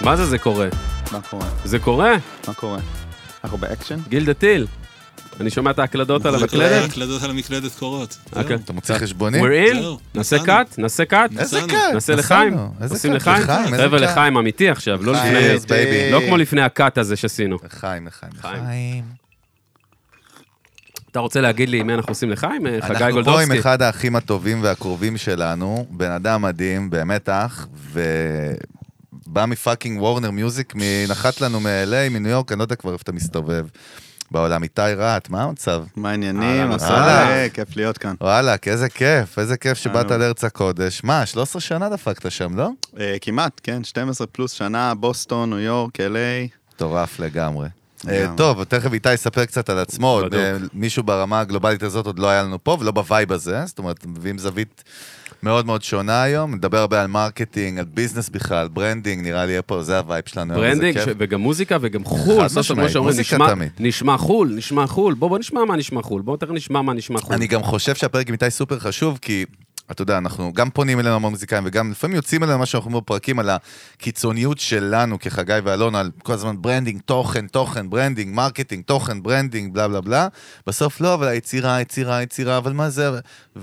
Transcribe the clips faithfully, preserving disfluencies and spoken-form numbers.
מה זה זה קורה? מה קורה? זה קורה? מה קורה? אנחנו באקשן? גילדה טיל. אני שומע את ההקלדות על המקלדת. ההקלדות על המקלדת קורות. אתה מוצא חשבונים? We're in? נעשה קאט? נעשה קאט? איזה קאט? נעשה לחיים? עושים לחיים? חבר'ה לחיים אמיתי עכשיו, לא כמו לפני הקאט הזה שעשינו. לחיים, לחיים. לחיים. אתה רוצה להגיד לי מי אנחנו עושים לחיים? חגי גולדובסקי. אנחנו פה עם אחד האחים הטובים והקרובים שלנו, בן אדם מדהים, באמת אח, ובא מפאקינג וורנר מיוזיק, נחת לנו מ-אל איי, מניו יורק, אני לא יודע כבר איפה אתה מסתובב. בעולם איתי רעת, מה המצב? מה העניינים? עושה, כיף להיות כאן. וואלה, איזה כיף, איזה כיף שבאת לארץ הקודש. מה, שלוש עשרה שנה דפקת שם, לא? כמעט, כן, שתים עשרה פלוס שנה, בוסטון, ניו יורק, אל איי. טורף לגמרי. טוב, תכף איתי יספר קצת על עצמו, מישהו ברמה הגלובלית הזאת עוד לא היה לנו פה, ולא בווייב הזה, זאת אומרת, מביאים זווית מאוד מאוד שונה היום, נדבר הרבה על מרקטינג, על ביזנס בכלל, ברנדינג, נראה לי פה, זה הווייב שלנו. ברנדינג, וגם מוזיקה, וגם חול, נשמע חול, נשמע חול, בוא נשמע מה נשמע חול, בוא תכף נשמע מה נשמע חול. אני גם חושב שהפרק עם איתי סופר חשוב, כי אתה יודע, אנחנו גם פונים אלינו המון מוזיקאים, וגם לפעמים יוצאים אלינו מה שאנחנו אומרים בפרקים, על הקיצוניות שלנו כחגי ואלון, על כל הזמן ברנדינג, תוכן, תוכן, ברנדינג, מרקטינג, תוכן, ברנדינג, בלה בלה בלה. בסוף לא, אבל היצירה, היצירה, היצירה, אבל מה זה?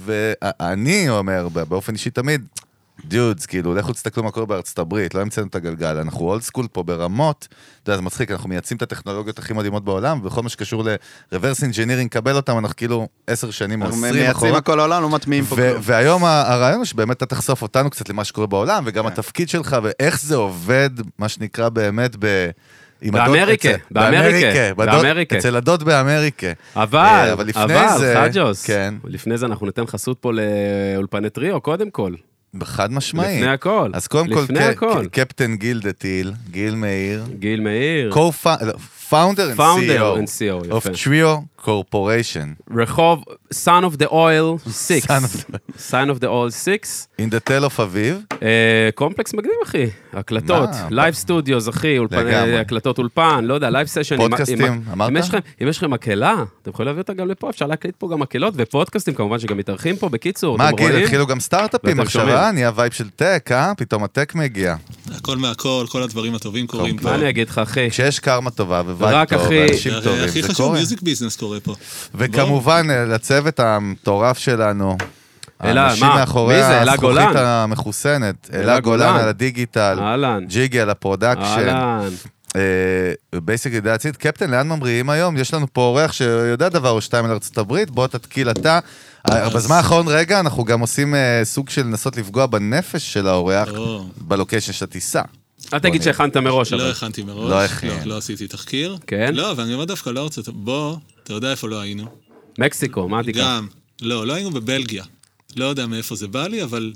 ואני אומר, באופן אישי תמיד, דיודס, כאילו, לכו תסתכלו מה קורה בארצות הברית, לא המצאנו את הגלגל, אנחנו אולד סקול פה ברמות, אתה יודע, זה מצחיק, אנחנו מייצאים את הטכנולוגיות הכי מדהימות בעולם, ובכל מה שקשור ל-reverse engineering, קבל אותם, אנחנו כאילו עשר שנים או עשרים אחורה. אנחנו מייצאים הכל העולם, לא מטמיעים פה כלום. והיום הרעיון הוא שבאמת אתה תחשוף אותנו קצת למה שקורה בעולם, וגם התפקיד שלך, ואיך זה עובד, מה שנקרא באמת ב... באמריקה, באמריקה, באמריקה. אצל הדוד באמריקה. אבל, אבל, חג'וס, לפני זה אנחנו ניתן חסות פה לאולפני טריו, קודם כל. בחד משמעי. לפני הכל. אז קודם כל, קפטן גיל דתיל, גיל מאיר. גיל מאיר. founder and C E O of Trio Corporation. רחוב, Son of the Oil six. Son of the Oil six. In the Tell of אביב. קומפלקס מקדים, אחי. הקלטות, לייב סטודיוס, אחי, הקלטות אולפן, לא יודע, לייב סשן. פודקאסטים, אמרת? אם יש לכם מקהלה, אתם יכולים להביא אותה גם לפה, אפשר להקליט פה גם מקהלות, ופודקאסטים כמובן שגם מתארחים פה, בקיצור. מה, גיל, התחילו גם סטארט-אפים עכשיו, נהיה וייב של טק, אה? פתאום הטק מגיע. הכל מהכל, כל הדברים הטובים קורים פה. מה אני אגיד לך, אחי? כשיש קרמה טובה ווייב טוב, ואנשים טובים, הכי חשוב, מיוזיק ביזנס קורה פה. וכמובן, לצוות המטורף שלנו, אלה, האנשים מאחורי הזכוכית המחוסנת, אלה גולן על הדיגיטל, ג'יגי על הפרודקשן, בייסיקלי דאצית, קפטן, לאן ממריאים היום? יש לנו פה אורח שיודע דבר או שתיים על ארצות הברית, בוא תתקיל אתה. בזמן האחרון רגע, אנחנו גם עושים סוג של לנסות לפגוע בנפש של האורח, בלוקיישן של הטיסה. אל תגיד שהכנת מראש. לא הכנתי מראש, לא עשיתי תחקיר. כן? לא, אבל אני אומר דווקא לא ארצות, בוא, אתה יודע איפה לא היינו? מקסיקו, מה תיקח? גם, לא, לא היינו בבלגיה. לא יודע מאיפה זה בא לי, אבל...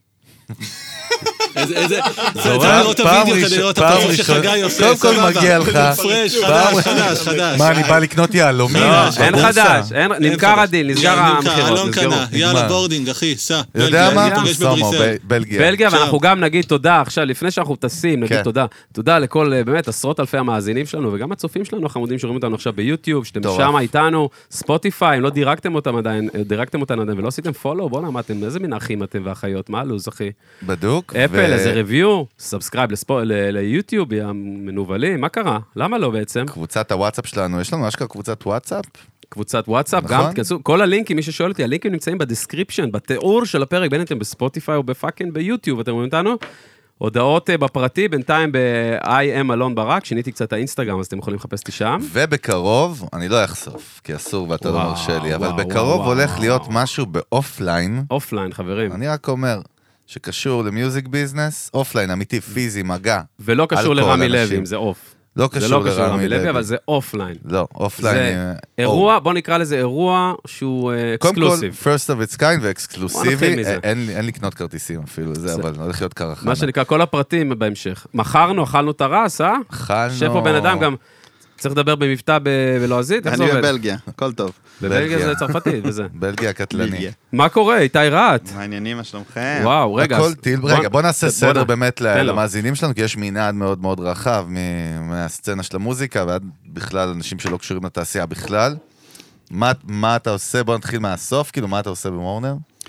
איזה, איזה, זה לראות את הוידאו כדי לראות את הפרצוף שחגי עושה, קודם כל מגיע לך. פרש, חדש, חדש, חדש. מה, אני בא לקנות יהלומים? אין חדש, נמכר הדיל, נסגר המחירות. אלון קנה, יאללה בורדינג, אחי, סע. יודע מה? סומו, בלגיה. בלגיה, ואנחנו גם נגיד תודה, עכשיו, לפני שאנחנו טסים, נגיד תודה. תודה לכל, באמת, עשרות אלפי המאזינים שלנו, וגם הצופים שלנו, החמודים שרואים אותנו עכשיו ביוטיוב, שאתם שם איתנו, ספוטיפיי, אם לא דירקתם אותם עדיין, דירקתם אותנו עדיין, ולא עשיתם פולו, בוא נעמתם, איזה מין אחים אתם ואחיות, מה הלו"ז, אחי? בדוק. אפל, איזה ריוויו, סאבסקרייב ליוטיוב, המנובלים, מה קרה? למה לא בעצם? קבוצת הוואטסאפ שלנו, יש לנו אשכרה קבוצת וואטסאפ? קבוצת וואטסאפ, גם תכנסו, כל הלינקים, מי ששואל אותי, הלינקים נמצאים בדיסקריפשן, בתיאור של הפרק, בין אתם בספוטיפיי או בפאקינג ביוטיוב, אתם רואים אותנו? הודעות בפרטי, בינתיים ב-איי אם אלון ברק, שיניתי קצת האינסטגרם, אז אתם יכולים לחפש אותי שם. ובקרוב, אני לא אחשוף, כי אסור ואתה לא מרשה לי, אבל בקרוב הולך להיות משהו באופליין. אופליין, חברים. אני רק אומר, שקשור למיוזיק ביזנס, אופליין, אמיתי, פיזי, מגע. ולא קשור לרמי לוי, אם זה אוף. לא קשור לרמי לוי, אבל זה אופליין. לא, אופליין. זה אירוע, בוא נקרא לזה אירוע שהוא אקסקלוסיב. קודם כל, first of its kind ואקסקלוסיבי, אין לקנות כרטיסים אפילו, זה אבל הולך להיות קרחנה. מה שנקרא, כל הפרטים בהמשך. מכרנו, אכלנו את הרס, אה? אכלנו. שפה בן אדם גם... צריך לדבר במבטא בלועזית? אני בבלגיה, הכל טוב. בבלגיה זה צרפתי, וזה. בלגיה קטלני. מה קורה, איתי רעת? מה העניינים, מה שלומכם? וואו, רגע. הכל טיל, רגע, בוא נעשה סדר באמת למאזינים שלנו, כי יש מנעד מאוד מאוד רחב מהסצנה של המוזיקה, ועד בכלל אנשים שלא קשורים לתעשייה בכלל. מה אתה עושה? בוא נתחיל מהסוף, כאילו, מה אתה עושה במורנר?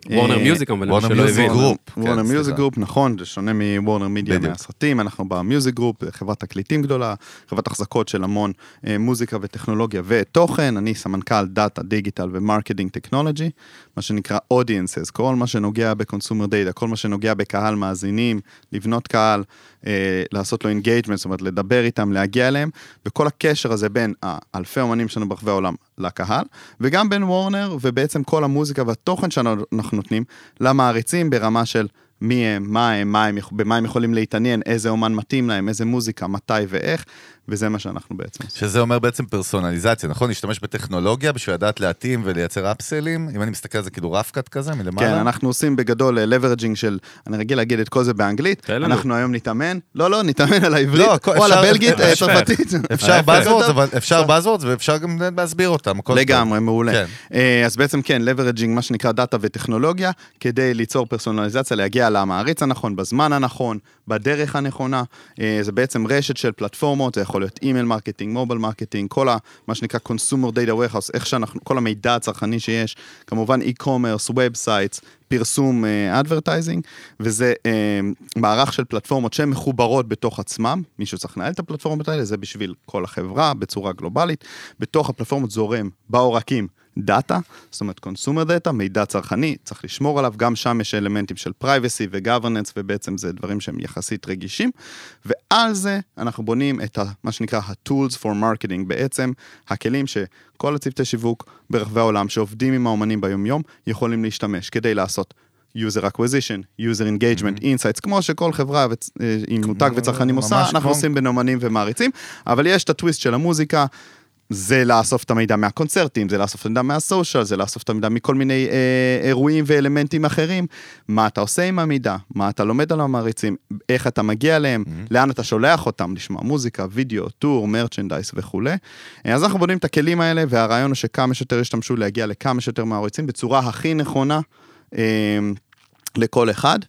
וורנר מיוזיק, אבל וורנר מיוזיק גרופ. וורנר מיוזיק גרופ, נכון, זה שונה מוורנר מידיה מהסרטים, אנחנו במיוזיק גרופ, חברת תקליטים גדולה, חברת החזקות של המון מוזיקה וטכנולוגיה ותוכן, אני סמנכ"ל דאטה, דיגיטל ומרקטינג טכנולוגי, מה שנקרא audiences, כל מה שנוגע בקונסומר דאטה, כל מה שנוגע בקהל מאזינים, לבנות קהל, לעשות לו engagement, זאת אומרת, לדבר איתם, להגיע אליהם, וכל הקשר הזה בין האלפי אומנים שלנו ברחבי העולם לקהל, וגם בין וורנר, ובעצם כל המוזיקה והתוכן שאנחנו נותנים למעריצים ברמה של מי הם, מה הם, מה הם, במה הם יכולים להתעניין, איזה אומן מתאים להם, איזה מוזיקה, מתי ואיך, וזה מה שאנחנו בעצם עושים. שזה אומר בעצם פרסונליזציה, נכון? להשתמש בטכנולוגיה בשביל לדעת להתאים ולייצר אפסלים, אם אני מסתכל על זה כאילו רפקט כזה מלמעלה. כן, אנחנו עושים בגדול לברג'ינג של, אני רגיל להגיד את כל זה באנגלית, אנחנו היום נתאמן, לא, לא, נתאמן על העברית, או על הבלגית, צרפתית. אפשר buzzwords, אבל אפשר buzzwords, ואפשר גם להסביר אותם. לגמרי, מעולה. אז בעצם כן, לברג'ינג, מה שנקרא דאטה וטכנולוגיה, כדי ליצור פרסונליזציה, להגיע למעריץ הנכון, בזמן הנכון, בדרך הנכונה. זה בעצם רשת של פלטפורמות, זה יכול להיות אימייל מרקטינג, מובייל מרקטינג, כל מה שנקרא consumer data warehouse, איך שאנחנו, כל המידע הצרכני שיש, כמובן e-commerce, websites, פרסום advertising, וזה מערך של פלטפורמות שהן מחוברות בתוך עצמם, מישהו צריך לנהל את הפלטפורמות האלה, זה בשביל כל החברה, בצורה גלובלית, בתוך הפלטפורמות זורם בעורקים, דאטה, זאת אומרת קונסומר דאטה, מידע צרכני, צריך לשמור עליו, גם שם יש אלמנטים של privacy ו-governance, ובעצם זה דברים שהם יחסית רגישים, ועל זה אנחנו בונים את מה שנקרא ה-tools for marketing, בעצם הכלים שכל הצוותי שיווק ברחבי העולם שעובדים עם האומנים ביום יום, יכולים להשתמש כדי לעשות user acquisition, user engagement, insights, כמו שכל חברה עם מותג וצרכנים עושה, אנחנו עושים בין אומנים ומעריצים, אבל יש את הטוויסט של המוזיקה, זה לאסוף את המידע מהקונצרטים, זה לאסוף את המידע מהסושיאל, זה לאסוף את המידע מכל מיני אה, אירועים ואלמנטים אחרים. מה אתה עושה עם המידע? מה אתה לומד על המעריצים? איך אתה מגיע אליהם? Mm-hmm. לאן אתה שולח אותם? לשמוע מוזיקה, וידאו, טור, מרצ'נדייס וכו'. אז אנחנו בונים את הכלים האלה, והרעיון הוא שכמה שיותר ישתמשו להגיע לכמה שיותר מעריצים, בצורה הכי נכונה אה, לכל אחד.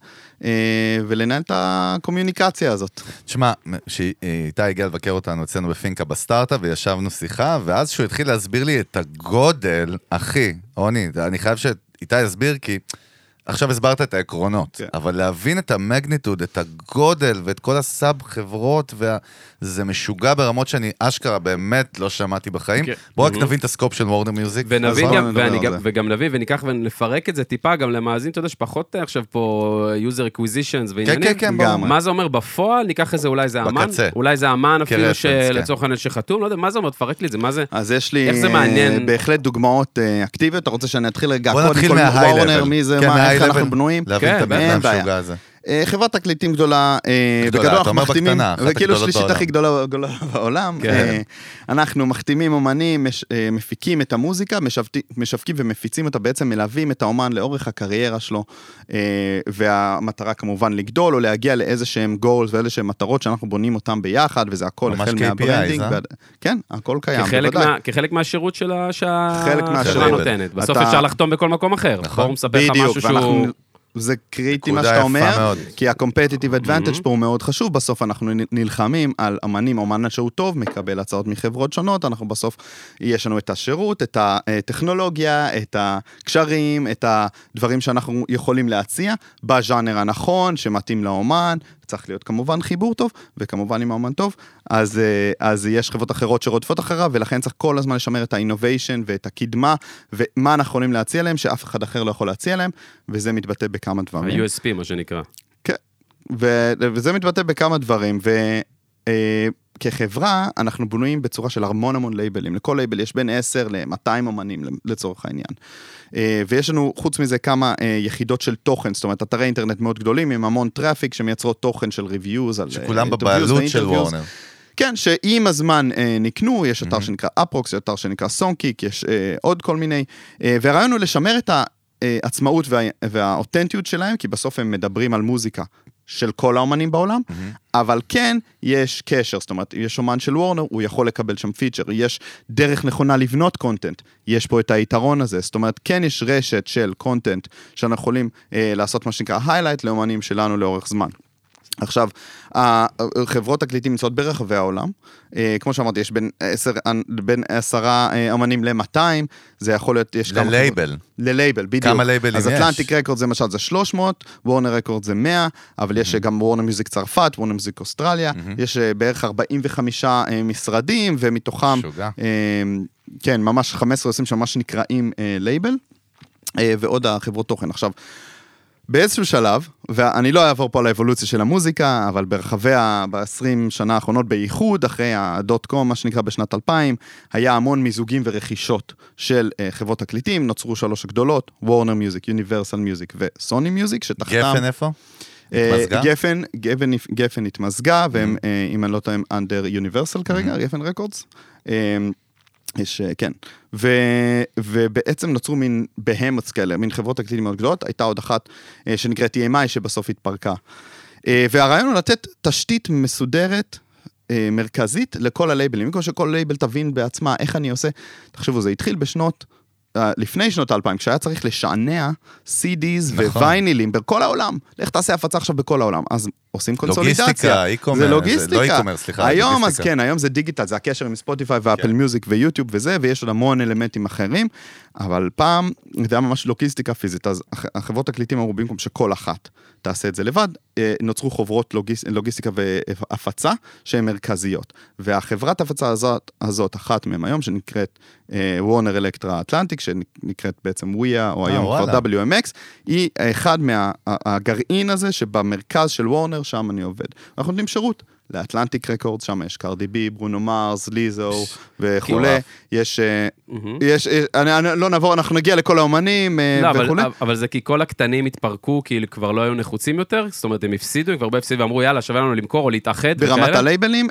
ולנהל את הקומיוניקציה הזאת. תשמע, שאיתי הגיע לבקר אותנו אצלנו בפינקה בסטארט-אפ, וישבנו שיחה, ואז שהוא התחיל להסביר לי את הגודל, אחי, עוני, אני חייב שאיתי יסביר, כי עכשיו הסברת את העקרונות, אבל להבין את המגניטוד, את הגודל, ואת כל הסאב חברות, זה משוגע ברמות שאני אשכרה באמת לא שמעתי בחיים. בואו רק נבין את הסקופ של וורנר מיוזיק. וגם נביא וניקח ונפרק את זה טיפה, גם למאזין, אתה יודע, שפחות עכשיו פה user acquisitions ועניינים. מה זה אומר בפועל? ניקח איזה, אולי זה אמן, אולי זה אמן אפילו שלצורך העניין שחתום, לא יודע, מה זה אומר? תפרק לי את זה, מה זה? אז יש לי בהחלט דוגמאות אקטיביות, אתה רוצה שאני אתחיל רגע, קודם כל וורנר, מי זה, מה, איך אנחנו בנויים? להבין את המשוגע הזה. חברת תקליטים גדולה, בגדול אנחנו מחתימים, וכאילו שלישית הכי גדולה בעולם, אנחנו מחתימים אומנים, מפיקים את המוזיקה, משווקים ומפיצים אותה, בעצם מלווים את האומן לאורך הקריירה שלו, והמטרה כמובן לגדול, או להגיע לאיזה שהם goals, ואיזה שהם מטרות שאנחנו בונים אותם ביחד, וזה הכל החל מהברנדינג, כן, הכל קיים. כחלק מהשירות שהחברה נותנת, בסוף אפשר לחתום בכל מקום אחר, פורום מספר לך משהו שהוא... זה קריטי מה שאתה אומר, כי ה-competitive advantage פה הוא מאוד חשוב, בסוף אנחנו נלחמים על אמנים, אומן שהוא טוב, מקבל הצעות מחברות שונות, אנחנו בסוף, יש לנו את השירות, את הטכנולוגיה, את הקשרים, את הדברים שאנחנו יכולים להציע, בז'אנר הנכון, שמתאים לאומן, צריך להיות כמובן חיבור טוב, וכמובן עם האומן טוב, אז, אז יש חברות אחרות שרודפות אחריו, ולכן צריך כל הזמן לשמר את ה-innovation ואת הקדמה, ומה אנחנו יכולים להציע להם, שאף אחד אחר לא יכול להציע להם, וזה מתבטא בכמה דברים. ה-יו אס פי, מה שנקרא. כן, ו- וזה מתבטא בכמה דברים, וכחברה, אנחנו בנויים בצורה של המון המון לייבלים, לכל לייבל יש בין עשר ל-מאתיים אומנים לצורך העניין. ויש לנו חוץ מזה כמה יחידות של תוכן, זאת אומרת, אתרי אינטרנט מאוד גדולים, עם המון טראפיק שמייצרות תוכן של ריוויוז. שכולם בבעלות של וורנר. כן, שעם הזמן נקנו, יש אתר שנקרא אפרוקס, יש אתר שנקרא סונקיק, יש עוד כל מיני, והרעיון הוא לשמר את העצמאות והאותנטיות שלהם, כי בסוף הם מדברים על מוזיקה של כל האומנים בעולם, אבל כן יש קשר, זאת אומרת, יש אומן של וורנר, הוא יכול לקבל שם פיצ'ר, יש דרך נכונה לבנות קונטנט, יש פה את היתרון הזה, זאת אומרת, כן יש רשת של קונטנט, שאנחנו יכולים לעשות מה שנקרא highlight לאומנים שלנו לאורך זמן. עכשיו, חברות תקליטים נמצאות ברחבי העולם, כמו שאמרתי, יש בין, עשר, בין עשרה אמנים ל-מאתיים, זה יכול להיות, יש כמה... ללייבל. ללייבל, בדיוק. כמה לייבלים יש? אז אטלנטיק רקורד זה למשל זה שלוש מאות, וורנר רקורד זה מאה, אבל יש גם וורנר מיוזיק צרפת, וורנר מיוזיק אוסטרליה, יש בערך ארבעים וחמישה משרדים, ומתוכם, כן, ממש חמש עשרה עושים שממש נקראים לייבל, ועוד החברות תוכן. עכשיו, באיזשהו שלב, ואני לא אעבור פה על האבולוציה של המוזיקה, אבל ברחבי ב-עשרים שנה האחרונות בייחוד, אחרי הדוט קום, מה שנקרא בשנת אלפיים, היה המון מיזוגים ורכישות של uh, חברות תקליטים, נוצרו שלוש הגדולות, וורנר מיוזיק, יוניברסל מיוזיק וסוני מיוזיק, שתחתם... גפן איפה? התמזגה? גפן, גפן, גפן התמזגה, והם, mm. uh, אם אני לא טועה, אנדר יוניברסל כרגע, mm-hmm. גפן רקורדס. Uh, יש, כן, ו, ובעצם נוצרו מין בהמות כאלה, מין חברות תקליטים מאוד גדולות, הייתה עוד אחת שנקראת טי אם איי שבסוף התפרקה. והרעיון הוא לתת תשתית מסודרת, מרכזית, לכל הלייבלים, במקום שכל לייבל תבין בעצמה איך אני עושה, תחשבו, זה התחיל בשנות, לפני שנות האלפיים, כשהיה צריך לשענע סי דיז וויינילים בכל העולם, לך תעשה הפצה עכשיו בכל העולם, אז עושים קונסולידציה. לוגיסטיקה, אי-קומר, זה לוגיסטיקה. לא אי-קומר, סליחה. היום, אז כן, היום זה דיגיטל, זה הקשר עם ספוטיפיי ואפל מיוזיק ויוטיוב וזה, ויש עוד המון אלמנטים אחרים, אבל פעם, זה היה ממש לוגיסטיקה פיזית, אז החברות תקליטים אמרו במקום שכל אחת תעשה את זה לבד, נוצרו חוברות לוגיס, לוגיסטיקה והפצה שהן מרכזיות. והחברת הפצה הזאת, הזאת אחת מהם היום, שנקראת וורנר אלקטרה אטלנטיק, שנקראת בעצם וויה, או היום כבר דאבליו אם אקס, היא אחד מהגרעין הזה שבמרכז של וורנר, שם אני עובד. אנחנו נותנים שירות לאטלנטיק רקורד, שם יש קרדי בי, ברונו מרס, ליזו וכולי. יש, יש, לא נעבור, אנחנו נגיע לכל האומנים וכולי. אבל זה כי כל הקטנים התפרקו, כי כבר לא היו נחוצים יותר, זאת אומרת, הם הפסידו, הם כבר הרבה הפסידו, ואמרו, יאללה, שווה לנו למכור או להתאחד. ברמת הלייבלים,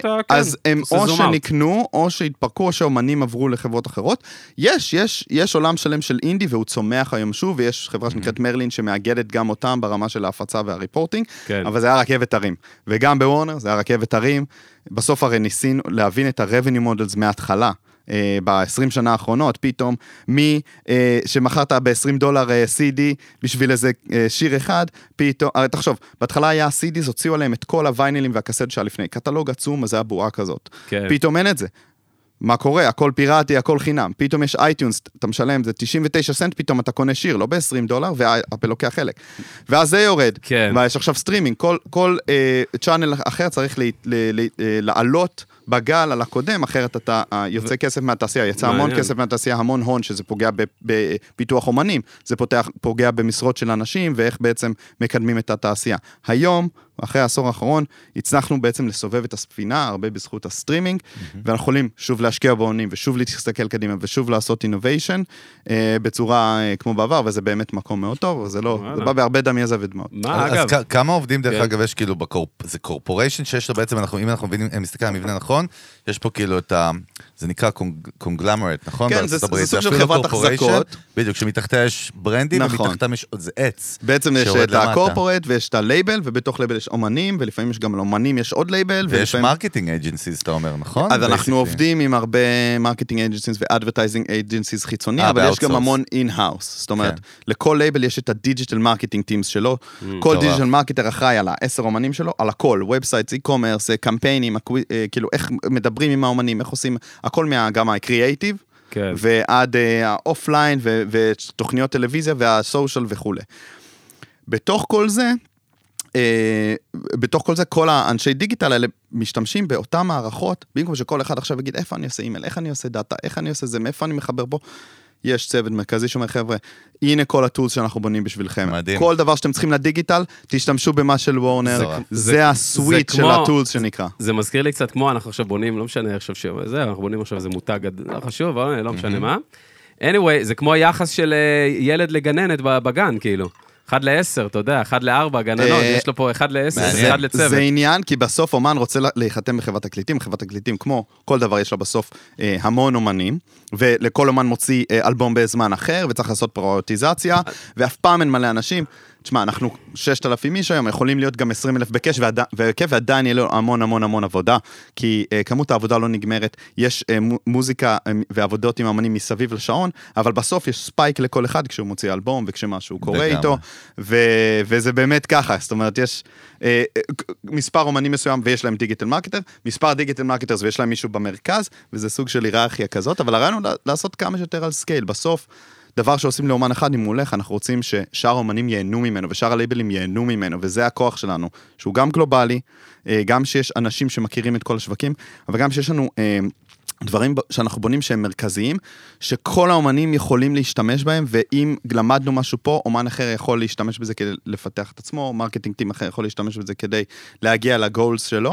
אז הם או שנקנו, או שהתפרקו, או שהאומנים עברו לחברות אחרות. יש, יש, יש עולם שלם של אינדי, והוא צומח היום שוב, ויש חברה שנקראת מרלין, שמאגדת גם אותם ברמה של ההפצה והריפורטינג, אבל זה היה רכבת הרים. וגם בוורנר, זה היה רכבת הרים, בסוף הרי ניסינו להבין את ה-revenue models מההתחלה, ב-עשרים שנה האחרונות, פתאום, מי שמכרת ב-עשרים דולר סי די בשביל איזה שיר אחד, פתאום, תחשוב, בהתחלה היה סי די, הוציאו עליהם את כל הוויינילים והקסט שהיה לפני, קטלוג עצום, אז זה היה בועה כזאת. כן. פתאום אין את זה. מה קורה? הכל פיראטי, הכל חינם. פתאום יש אייטיונס, אתה משלם, זה תשעים ותשעה סנט, פתאום אתה קונה שיר, לא ב-עשרים דולר, והאפל לוקח חלק. ואז זה יורד. כן. ויש עכשיו סטרימינג, כל, כל אה, צ'אנל אחר צריך ל, ל, ל, לעלות בגל על הקודם, אחרת אתה יוצא כסף מהתעשייה, יצא המון כסף מהתעשייה, המון הון, שזה פוגע בפיתוח אומנים, זה פוגע במשרות של אנשים, ואיך בעצם מקדמים את התעשייה. היום, אחרי העשור האחרון, הצלחנו בעצם לסובב את הספינה, הרבה בזכות הסטרימינג, ואנחנו יכולים שוב להשקיע בעונים, ושוב להסתכל קדימה, ושוב לעשות אינוביישן, בצורה כמו בעבר, וזה באמת מקום מאוד טוב, זה לא, זה בא בהרבה דם יזע ודמעות. אז כמה עובדים דרך אגב יש כאילו, זה קורפוריישן שיש לו בעצם, אם אנחנו מסתכל על המבנה נכון, יש פה כאילו את ה... זה נקרא קונגלמרט, נכון? כן, זה סוג של חברת החזקות. בדיוק, שמתחתיה יש ברנדים, ומתחתם יש עוד עץ. בעצם יש את הקורפורט, ויש את הלייבל, ובתוך לייבל יש אומנים, ולפעמים יש גם לאומנים, יש עוד לייבל. ויש מרקטינג אג'נסיז, אתה אומר, נכון? אז אנחנו עובדים עם הרבה מרקטינג אג'נסיז ואדברטייזינג אג'נסיז חיצוני, אבל יש גם המון אין-האוס. זאת אומרת, לכל לייבל יש את הדיג'יטל מרקטינג טימס שלו. כל דיג'יטל מרקטר אחראי על העשר אומנים שלו, על הכל, ובסייטס, אי-קומרס, קמפיינים, כאילו איך מדברים עם האומנים, איך עושים, הכל מה, גם הקריאייטיב, כן. ועד האופליין, ו- ותוכניות טלוויזיה, והסושיאל וכו'. בתוך כל זה, אה, בתוך כל זה, כל האנשי דיגיטל האלה משתמשים באותן מערכות, במקום שכל אחד עכשיו יגיד, איפה אני עושה אימייל, איך אני עושה דאטה, איך אני עושה זה, מאיפה אני מחבר פה, יש צוות מרכזי שאומר, חבר'ה, הנה כל הטולס שאנחנו בונים בשבילכם. מדהים. כל דבר שאתם צריכים לדיגיטל, תשתמשו במה של וורנר. זה, זה, זה הסוויט של הטולס שנקרא. זה מזכיר לי קצת כמו, אנחנו עכשיו בונים, לא משנה עכשיו שזה, אנחנו בונים עכשיו איזה מותג חשוב, לא משנה מה. anyway, זה כמו היחס של ילד לגננת בגן, כאילו. אחד לעשר, אתה יודע, אחד לארבע, גננות, יש לו פה אחד לעשר, אחד לצוות. זה עניין, כי בסוף אומן רוצה להיחתם בחברת תקליטים, חברת תקליטים, כמו כל דבר יש לה בסוף המון אומנים, ולכל אומן מוציא אלבום בזמן אחר, וצריך לעשות פריוריטיזציה, ואף פעם אין מלא אנשים. תשמע, אנחנו שישת אלפים איש היום, יכולים להיות גם עשרים אלף בקש, ועדיין יהיה לו המון המון המון עבודה, כי כמות העבודה לא נגמרת, יש מוזיקה ועבודות עם אמנים מסביב לשעון, אבל בסוף יש ספייק לכל אחד כשהוא מוציא אלבום, וכשמשהו קורה איתו, וזה באמת ככה, זאת אומרת, יש מספר אומנים מסוים, ויש להם דיגיטל מרקטר, מספר דיגיטל מרקטרס, ויש להם מישהו במרכז, וזה סוג של היררכיה כזאת, אבל הרעיון הוא לעשות כמה שיותר על סקייל. בסוף, דבר שעושים לאומן אחד, אם הוא הולך, אנחנו רוצים ששאר האומנים ייהנו ממנו, ושאר הלייבלים ייהנו ממנו, וזה הכוח שלנו, שהוא גם גלובלי, גם שיש אנשים שמכירים את כל השווקים, אבל גם שיש לנו דברים שאנחנו בונים שהם מרכזיים, שכל האומנים יכולים להשתמש בהם, ואם למדנו משהו פה, אומן אחר יכול להשתמש בזה כדי לפתח את עצמו, מרקטינג טים אחר יכול להשתמש בזה כדי להגיע לגולס שלו,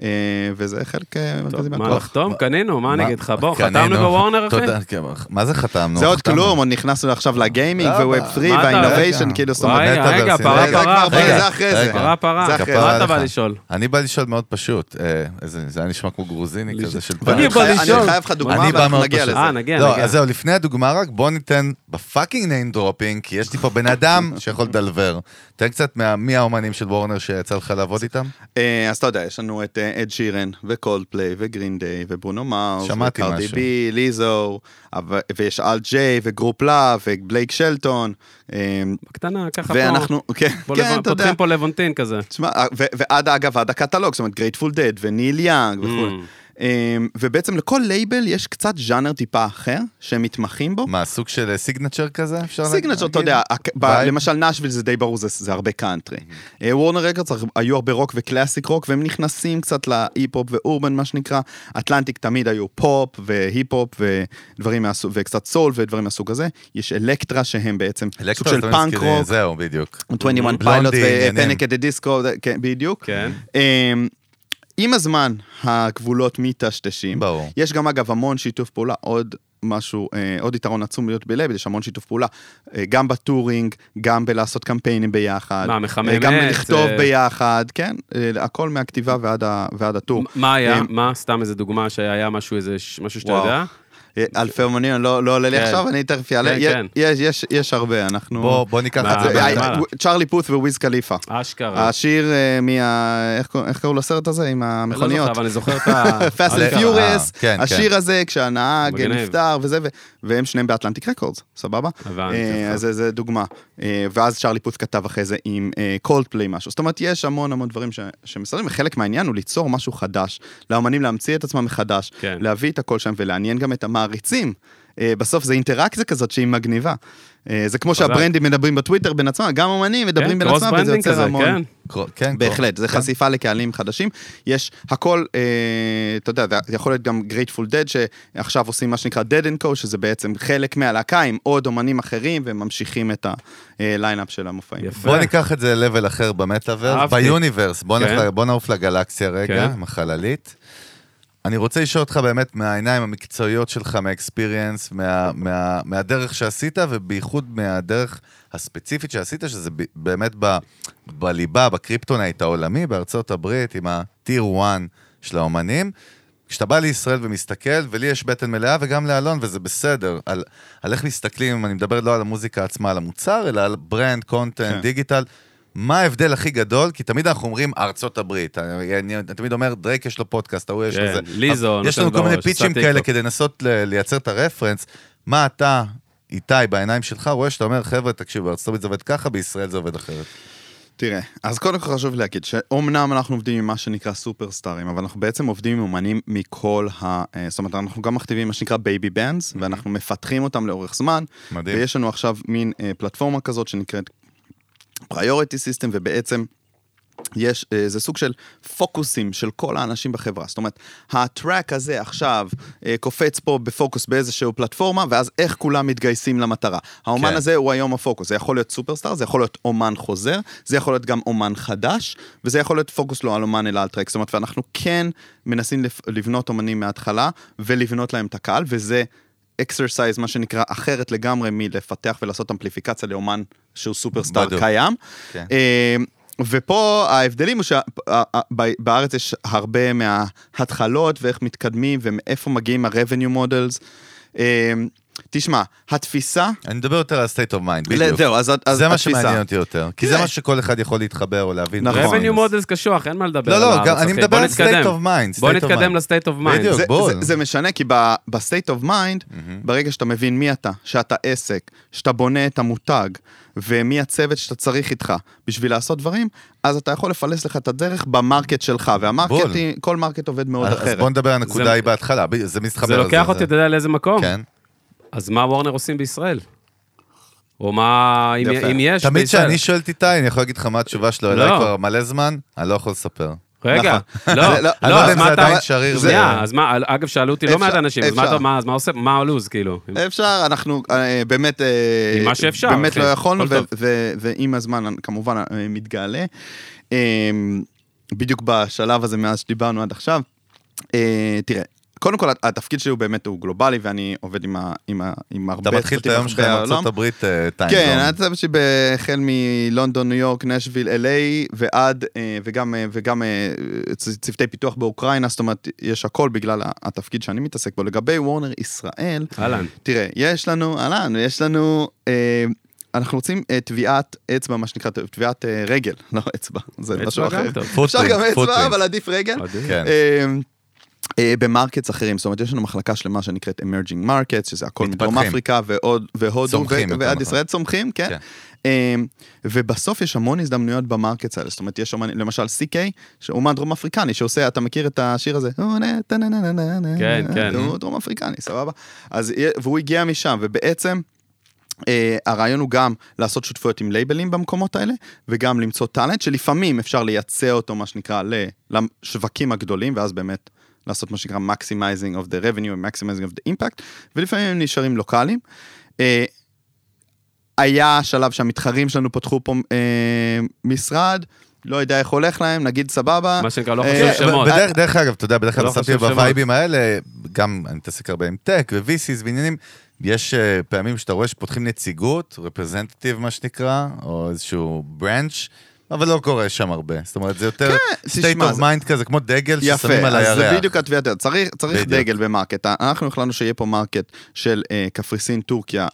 וזה חלק מרכזי מהכוח. מה לחתום? קנינו, מה אני אגיד לך? בוא, חתמנו בוורנר אחי? מה זה חתמנו? זה עוד כלום, עוד נכנסנו עכשיו לגיימינג וווב שלוש והאינוביישן, כאילו זאת אומרת. רגע, פרה פרה. זה אחרי זה. פרה פרה. מה אתה בא לשאול? אני בא לשאול מאוד פשוט. זה היה נשמע כמו גרוזיני כזה של פעם. אני חייב לך דוגמה ואנחנו נגיע לזה. אה, נגיע, לא, נגיע. אז זהו, לפני הדוגמה רק, בוא ניתן בפאקינג ניים דרופינג, כי יש לי פה בן אדם שיכול לדלבר. תן קצת מי האומנים של וורנר שיצא לך לעבוד איתם? אז אתה יודע, יש לנו את אד שירן, וקולדפליי, וגרין דיי, וברונו מארס, שמעתי וקרדי משהו. בי, ליזו, ויש אל ג'יי, וגרופ לאב, ובלייק שלטון. קטנה, ככה פה. ואנחנו, כן, כן, אתה יודע. פותחים פה לבונטין כזה. תשמע, ועד אגב, עד הקטלוג, זאת אומרת, גרייטפול דד, וניל יאנג, וכו'. ובעצם לכל לייבל יש קצת ז'אנר טיפה אחר, שהם מתמחים בו. מה, סוג של סיגנצ'ר כזה? סיגנצ'ר, אתה יודע, למשל נשוויל זה די ברור, זה הרבה קאנטרי. וורנר רקורדס היו הרבה רוק וקלאסיק רוק, והם נכנסים קצת להיפ-הופ ואורבן, מה שנקרא. אטלנטיק תמיד היו פופ והיפ-הופ ודברים מהסוג, וקצת סול ודברים מהסוג הזה. יש אלקטרה שהם בעצם סוג של פאנק רוק. זהו, בדיוק. עשרים ואחת פיילוט ופניק את הדיסקו, בדיוק. כן. עם הזמן הגבולות מתשתשים. ברור. יש גם אגב המון שיתוף פעולה, עוד משהו, עוד יתרון עצום להיות בלייבל, יש המון שיתוף פעולה, גם בטורינג, גם בלעשות קמפיינים ביחד. מה, מחממת? גם לכתוב ביחד, כן, הכל מהכתיבה ועד הטור. מה היה? מה? סתם איזה דוגמה שהיה משהו, איזה משהו שאתה יודע? אלפי אומנים, לא עולה לי עכשיו, אני תכף יעלה, יש הרבה, אנחנו... בוא ניקח את זה. צ'רלי פוט וויז קליפה. אשכרה. השיר מה... איך קראו לסרט הזה? עם המכוניות. לא זוכר, אבל אני זוכר את ה... Fast and Furious, השיר הזה, כשהנהג נפטר וזה, והם שניהם באטלנטיק רקורדס, סבבה? אז זה דוגמה. ואז צ'רלי פוט כתב אחרי זה עם קולדפליי משהו. זאת אומרת, יש המון המון דברים שמסתדרים, וחלק מהעניין הוא ליצור משהו חדש, לאמנים להמציא את עצמם מחדש, להביא את הכל שם ולעניין גם את המעריצים. בסוף זה אינטראקציה כזאת שהיא מגניבה. זה כמו שהברנדים מדברים בטוויטר בין עצמם, גם אומנים מדברים בין עצמם, וזה יוצר המון. בהחלט, זה חשיפה לקהלים חדשים. יש הכל, אתה יודע, זה יכול להיות גם Grateful Dead, שעכשיו עושים מה שנקרא Dead and Co, שזה בעצם חלק מהלהקה עם עוד אומנים אחרים, וממשיכים את הליינאפ של המופעים. בוא ניקח את זה לבל אחר במטאברס, ביוניברס, בוא נעוף לגלקסיה רגע, עם החללית. אני רוצה לשאול אותך באמת מהעיניים המקצועיות שלך, מהאקספיריאנס, מה, מה, מהדרך שעשית, ובייחוד מהדרך הספציפית שעשית, שזה באמת ב, בליבה, בקריפטונייט העולמי, בארצות הברית, עם הטיר וואן של האומנים. כשאתה בא לישראל ומסתכל, ולי יש בטן מלאה, וגם לאלון, וזה בסדר, על, על איך מסתכלים, אני מדבר לא על המוזיקה עצמה, על המוצר, אלא על ברנד, קונטנט, כן. דיגיטל, מה ההבדל הכי גדול? כי תמיד אנחנו אומרים ארצות הברית. אני, אני, אני תמיד אומר, דרייק יש לו פודקאסט, הוא יש כן, לזה. ליזו, יש לנו כל מיני פיצ'ים כאלה כדי לנסות לייצר את הרפרנס. מה אתה, איתי, בעיניים שלך, רואה שאתה אומר, חבר'ה, תקשיב, בארצות הברית זה עובד ככה, בישראל זה עובד אחרת. תראה, אז קודם כל חשוב להגיד, שאומנם אנחנו עובדים עם מה שנקרא סופרסטארים, אבל אנחנו בעצם עובדים עם אומנים מכל ה... זאת אומרת, אנחנו גם מכתיבים מה שנקרא בייבי בנדס, ואנחנו מפתחים אותם לאורך זמן. מדהים. ויש לנו עכשיו מין פלטפורמה כזאת שנקראת priority system, ובעצם יש, זה סוג של פוקוסים של כל האנשים בחברה. זאת אומרת, הטרק הזה עכשיו קופץ פה בפוקוס באיזשהו פלטפורמה, ואז איך כולם מתגייסים למטרה. האומן הזה הוא היום הפוקוס. זה יכול להיות סופרסטאר, זה יכול להיות אומן חוזר, זה יכול להיות גם אומן חדש, וזה יכול להיות פוקוס לא על אומן אלא על טרק. זאת אומרת, ואנחנו כן מנסים לבנות אומנים מההתחלה, ולבנות להם את הקהל, וזה exercise, מה שנקרא, אחרת לגמרי מלפתח ולעשות אמפליפיקציה לאומן שהוא סופרסטאר קיים. ופה ההבדלים הוא שבארץ יש הרבה מההתחלות ואיך מתקדמים ומאיפה מגיעים ה-revenue models. תשמע, התפיסה... אני מדבר יותר על state of mind, בדיוק. זהו, אז התפיסה. זה מה שמעניין אותי יותר, כי זה מה שכל אחד יכול להתחבר או להבין. revenue models קשוח, אין מה לדבר. לא, לא, אני מדבר על state of mind. בוא נתקדם ל-state of mind. בדיוק, בוא. זה משנה, כי ב-state of mind, ברגע שאתה מבין מי אתה, שאתה עסק, שאתה בונה את המותג, ומי הצוות שאתה צריך איתך בשביל לעשות דברים, אז אתה יכול לפלס לך את הדרך במרקט שלך, והמרקט, כל מרקט עובד מאוד אחרת. אז בוא נדבר על הנקודה ההיא בהתחלה, זה מתחבר זה לוקח אותי, אתה יודע לאיזה מקום? כן. אז מה וורנר עושים בישראל? או מה, אם יש... תמיד שאני שואל איתי, אני יכול להגיד לך מה התשובה שלו, אליי כבר מלא זמן, אני לא יכול לספר. רגע, לא, לא, אז מה אתה... שנייה, אז מה, אגב, שאלו אותי לא מעט אנשים, אז מה אתה עושה, מה הלוז, כאילו? אפשר, אנחנו באמת... עם מה שאפשר. באמת לא יכולנו, ועם הזמן, כמובן, מתגלה. בדיוק בשלב הזה, מאז שדיברנו עד עכשיו, תראה, קודם כל, התפקיד שלי הוא באמת הוא גלובלי, ואני עובד עם, ה, עם, ה, עם הרבה... אתה מתחיל את היום שלך עם ארצות הברית טיים. כן, אני חושב שבחל מלונדון, ניו יורק, נשוויל, אל איי, ועד, וגם, וגם צוותי פיתוח באוקראינה, זאת אומרת, יש הכל בגלל התפקיד שאני מתעסק בו. לגבי וורנר ישראל, אלן. תראה, יש לנו, אלן, יש לנו... אנחנו רוצים תביעת אצבע, מה שנקרא, תביעת רגל, לא אצבע, זה משהו אחר. אפשר גם אצבע, אבל עדיף רגל. כן. במרקטס אחרים, זאת אומרת, יש לנו מחלקה שלמה שנקראת Emerging Markets, שזה הכל מדרום אפריקה והודו ועד ישראל צומחים, כן. ובסוף יש המון הזדמנויות במרקטס האלה, זאת אומרת, יש למשל סי קיי, שאומן דרום אפריקני, שעושה, אתה מכיר את השיר הזה? כן, כן. דרום אפריקני, סבבה. והוא הגיע משם, ובעצם... הרעיון הוא גם לעשות שותפויות עם לייבלים במקומות האלה, וגם למצוא טלנט, שלפעמים אפשר לייצא אותו, מה שנקרא, לשווקים הגדולים, ואז באמת לעשות מה שנקרא maximizing of the revenue, maximizing of the impact, ולפעמים הם נשארים לוקליים. היה שלב שהמתחרים שלנו פתחו פה משרד, לא יודע איך הולך להם, נגיד סבבה. מה שנקרא, לא חשוב שמות. דרך אגב, אתה יודע, בדרך כלל נסעתי בווייבים האלה, גם אני מתעסק הרבה עם טק ו-וי סי'ס ועניינים, יש פעמים שאתה רואה שפותחים נציגות, representative מה שנקרא, או איזשהו branch, אבל לא קורה שם הרבה. זאת אומרת, זה יותר state of mind כזה, כמו דגל ששמים על הירח. יפה, אז זה בדיוק התביעת, צריך דגל במרקט. אנחנו החלטנו שיהיה פה מרקט של קפריסין, טורקיה,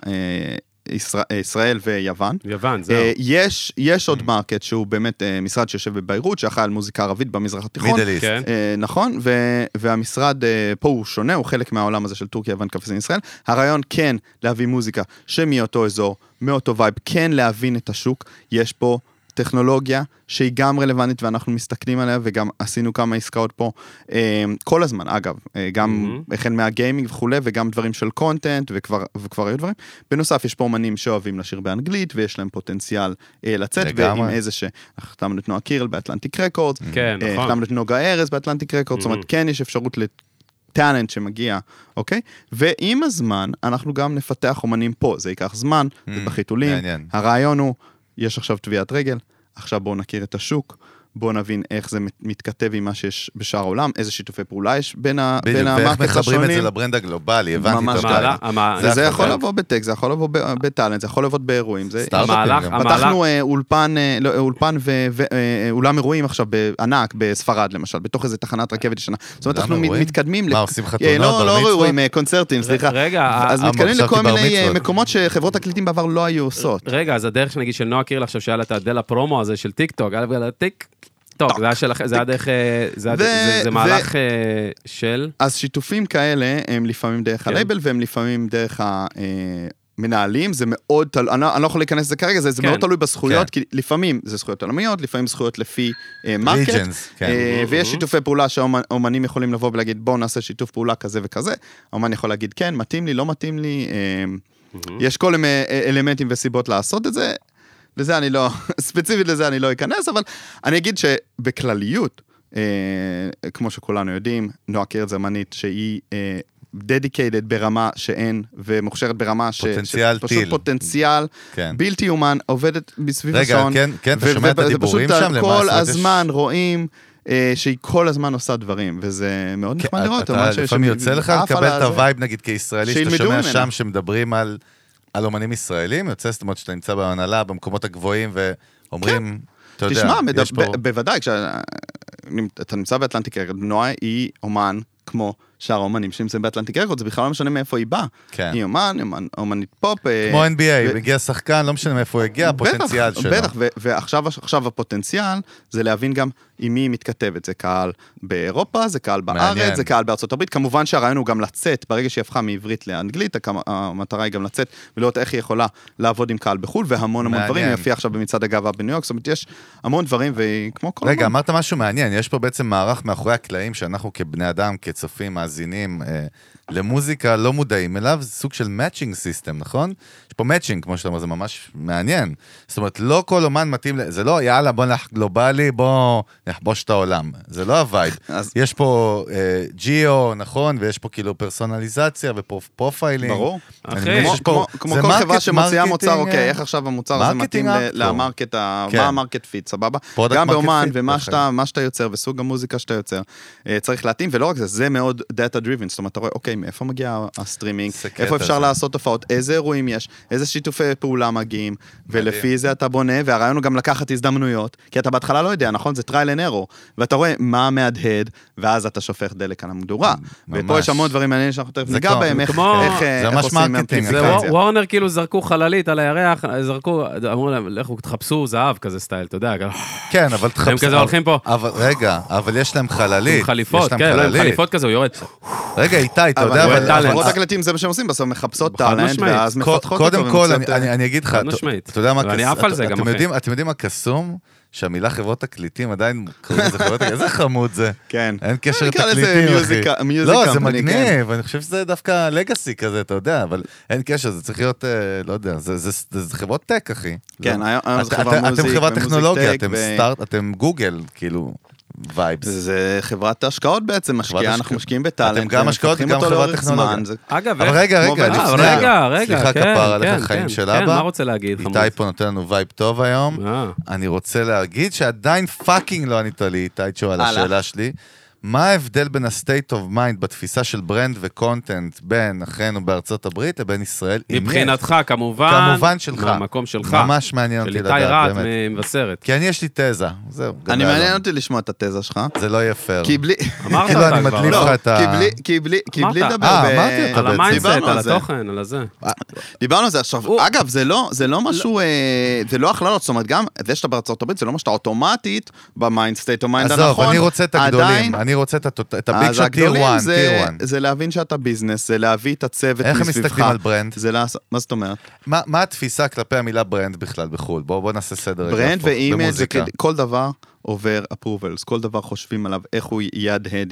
ישראל ויוון. יוון, זהו. יש, יש עוד מרקט שהוא באמת משרד שיושב בביירות, שאחראי על מוזיקה ערבית במזרח התיכון. מידליסט. נכון, והמשרד פה הוא שונה, הוא חלק מהעולם הזה של טורקיה, יוון, קפריסין, ישראל. הרעיון כן להביא מוזיקה שמאותו אזור, מאותו וייב, כן להבין את השוק. יש פה טכנולוגיה שהיא גם רלוונטית ואנחנו מסתכלים עליה, וגם עשינו כמה עסקאות פה כל הזמן, אגב, גם החל מהגיימינג וכו', וגם דברים של קונטנט, וכבר, וכבר היו דברים. בנוסף, יש פה אומנים שאוהבים לשיר באנגלית, ויש להם פוטנציאל לצאת, ועם איזה ש... חתמנו את נועה קירל באטלנטיק רקורדס, חתמנו את נוגה ארז באטלנטיק רקורדס, זאת אומרת, כן יש אפשרות לטאלנט שמגיע, אוקיי? ועם הזמן, אנחנו גם נפתח אומנים פה, זה ייקח זמן, זה בחיתולים, הרעיון הוא יש עכשיו תביעת רגל, עכשיו בואו נכיר את השוק, בואו נבין איך זה מתכתב עם מה שיש בשאר העולם, איזה שיתופי פעולה יש בין המרקטס השונים. ואיך מחברים את זה לברנד הגלובלי, הבנתי את זה. זה יכול לבוא בטק, זה יכול לבוא בטלנט, זה יכול לבוא באירועים. פתחנו אולפן ואולם אירועים עכשיו בענק, בספרד למשל, בתוך איזה תחנת רכבת ישנה. זאת אומרת, אנחנו מתקדמים... מה, עושים חתונות, לא אירועים, קונצרטים, סליחה. אז מתקדמים לכל מיני מקומות שחברות תקליטים בעבר לא היו עושות. רגע, אז הדרך שנגיד של נועה קירל עכשיו שהיה לה את הדל הפרומו הזה של טיק טוק, טוב, זה הדרך, זה מהלך של... אז שיתופים כאלה הם לפעמים דרך הלייבל, והם לפעמים דרך המנהלים, זה מאוד תלוי, אני לא יכול להיכנס לזה כרגע, זה מאוד תלוי בזכויות, כי לפעמים זה זכויות עולמיות, לפעמים זכויות לפי מרקט, ויש שיתופי פעולה שהאומנים יכולים לבוא ולהגיד, בואו נעשה שיתוף פעולה כזה וכזה, האומן יכול להגיד, כן, מתאים לי, לא מתאים לי, יש כל אלמנטים וסיבות לעשות את זה, לזה אני לא, ספציפית לזה אני לא אכנס, אבל אני אגיד שבכלליות, אה, כמו שכולנו יודעים, נועה קירל זמנית שהיא אה, dedicated ברמה שאין, ומוכשרת ברמה ש... פוטנציאל שפשוט טיל. פוטנציאל כן. בלתי אומן, עובדת בסביב רגע, השעון. רגע, כן, כן, אתה שומע את הדיבורים שם? ופשוט כל הזמן רואים... שהיא כל הזמן עושה דברים, וזה מאוד נחמד לראות. אתה לפעמים יוצא לך לקבל את הווייב, נגיד, כישראלי, שאתה שומע שם שמדברים על... על אומנים ישראלים, יוצא זאת אומרת שאתה נמצא בהנהלה, במקומות הגבוהים, ואומרים, אתה יודע, תשמע, בוודאי, כשאתה נמצא באטלנטיק, נועה היא אומן כמו שאר האומנים שנמצאים באטלנטיק רקורד, זה בכלל לא משנה מאיפה היא באה. כן. היא אומן, אומנית פופ. כמו אן בי איי, ו... הגיע שחקן, לא משנה מאיפה הוא הגיע, הפוטנציאל בטח, שלו. בטח, ו- ועכשיו עכשיו הפוטנציאל זה להבין גם עם מי היא מתכתבת. זה קהל באירופה, זה קהל בארץ, מעניין. זה קהל בארצות הברית. כמובן שהרעיון הוא גם לצאת, ברגע שהיא הפכה מעברית לאנגלית, המטרה היא גם לצאת ולראות איך היא יכולה לעבוד עם קהל בחול, והמון המון דברים, היא הופיעה עכשיו במצעד הגאווה בניו יורק, זאת אומרת, יש המון דברים, וכמו כל רגע, אמרת משהו מעניין, יש פה בעצם מערך מאחורי הקלעים, שאנחנו כבני אדם, כצופים, מאזינים, אה, למוזיקה לא מודעים אליו, זה סוג של matching system, נכון? יש פה matching, כמו שאתה אומר, זה ממש מעניין. זאת אומרת, לא כל אומן מתאים, זה לא, יאללה, בוא נלך גלובלי, בוא נחבוש את העולם. זה לא הווייב. אז... יש פה אה, ג'יו, נכון? ויש פה כאילו פרסונליזציה ופרופיילינג. ברור. אחרי, כמו, כמו, כמו כל חברה שמוציאה מוצר, אוקיי, איך עכשיו המוצר הזה מתאים למרקט, מה המרקט פיט, סבבה? גם באומן, ומה שאתה, מה שאתה יוצר, וסוג המוזיקה שאתה יוצר, צריך להתאים, ולא רק זה, זה מאוד data driven, זאת אומרת, אתה רואה, אוקיי, מאיפה מגיע הסטרימינג, איפה אפשר לעשות תופעות, איזה אירועים יש, איזה שיתופי פעולה מגיעים, ולפי זה אתה בונה, והרעיון הוא גם לקחת הזדמנויות, כי אתה בהתחלה לא יודע, נכון? זה טרייל אנד ארור, ואתה רואה מה מהדהד, ואז אתה שופך דלק על המדורה. ופה יש המון דברים מעניינים שאנחנו תכף ניגע בהם, איך עושים אמפליפיקציה. וורנר כאילו זרקו חללית על הירח, זרקו, אמרו להם, לכו תחפשו זהב כזה סטייל, אתה יודע. כן, אבל תחפשו. הם כזה הולכים פה. רגע, אבל יש להם חללית. עם חליפות, כן, עם חליפות כזה, הוא יורד. רגע, איתי, אתה יודע, אבל... חברות הקלטים זה מה שהם עושים, בסוף מחפשות טאלנט, ואז מפתחות אותו. קודם כל, אני אגיד לך, אתה יודע מה... ואני אף על זה גם אחרי. אתם יודעים מה קסום? שהמילה חברות תקליטים עדיין קוראים לזה חברות תקליטים, איזה חמוד זה. כן. אין קשר תקליטים, אחי. לא, זה מגניב, אני חושב שזה דווקא לגאסי כזה, אתה יודע, אבל אין קשר, זה צריך להיות, לא יודע, זה חברות טק, אחי. כן, היום זה חברה מוזיק, אתם חברת טכנולוגיה, אתם סטארט, אתם גוגל, כאילו... וייבס. זה חברת ההשקעות בעצם, משקיעה, אנחנו משקיעים בטלנט. אתם גם השקעות וגם חברת טכנולוגיה. אגב, אבל רגע, רגע, רגע, רגע, סליחה כפר עליך החיים של אבא. כן, מה רוצה להגיד? איתי פה נותן לנו וייב טוב היום. אני רוצה להגיד שעדיין פאקינג לא ענית לי, איתי צ'ו, על השאלה שלי. מה ההבדל בין ה-state of mind בתפיסה של ברנד וקונטנט בין אחינו בארצות הברית לבין ישראל? מבחינתך, כמובן. כמובן שלך. מהמקום שלך. ממש מעניין אותי לדעת, באמת. של איתי רעת מבשרת. כי אני יש לי תזה, זהו. אני מעניין אותי לשמוע את התזה שלך. זה לא יהיה פייר. כי בלי... אמרת אותה כבר. אני מדליף לך את ה... כי בלי לדבר... אה, אמרתי אותה על המיינדסט, על התוכן, על הזה. דיברנו על זה עכשיו. אגב, זה לא משהו... זה לא הכללות, זאת אומרת, גם זה שאתה בארצות הברית, זה לא משהו אוטומטית במיינד סטייט או מיינד הנכון. אני רוצה את הגדולים. אני רוצה את הביג של טיר וואן, טיר וואן. זה להבין שאתה ביזנס, זה להביא את הצוות מסביבך. איך הם מסתכלים על ברנד? מה זאת אומרת? מה התפיסה כלפי המילה ברנד בכלל בחול? בואו נעשה סדר. ברנד ואימג' זה כל דבר עובר approvals, כל דבר חושבים עליו, איך הוא ידהד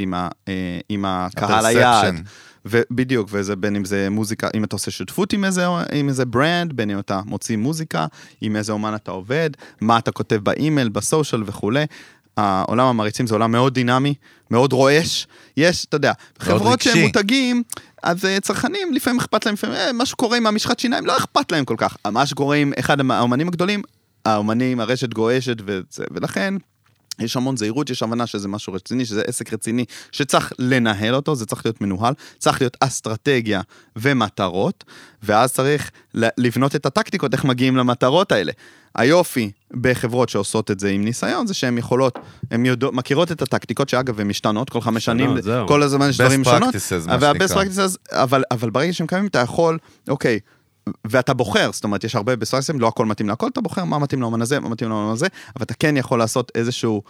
עם הקהל היעד. ובדיוק, וזה בין אם זה מוזיקה, אם אתה עושה שותפות עם איזה, עם איזה ברנד, בין אם אתה מוציא מוזיקה, עם איזה אומן אתה עובד, מה אתה כותב באימייל, בסושיאל וכולי. העולם המריצים זה עולם מאוד דינמי, מאוד רועש. יש, אתה יודע, חברות שהם מותגים, אז צרכנים לפעמים אכפת להם, לפעמים, משהו קורה עם המשחת שיניים, לא אכפת להם כל כך. מה שקורה עם אחד האומנים הגדולים, האומנים, הרשת גועשת, ולכן יש המון זהירות, יש הבנה שזה משהו רציני, שזה עסק רציני, שצריך לנהל אותו, זה צריך להיות מנוהל, צריך להיות אסטרטגיה ומטרות, ואז צריך לבנות את הטקטיקות, איך מגיעים למטרות האלה. היופי בחברות שעושות את זה עם ניסיון, זה שהן יכולות, הן מכירות את הטקטיקות, שאגב, הן משתנות כל חמש שנים, כל הזמן יש דברים שונות, וה-best practices, אבל, אבל ברגע שהם קיימים, אתה יכול, אוקיי, ואתה בוחר, זאת אומרת, יש הרבה בספרסים, לא הכל מתאים להכל, אתה בוחר מה מתאים לאומן הזה, מה מתאים לאומן הזה, אבל אתה כן יכול לעשות איזשהו,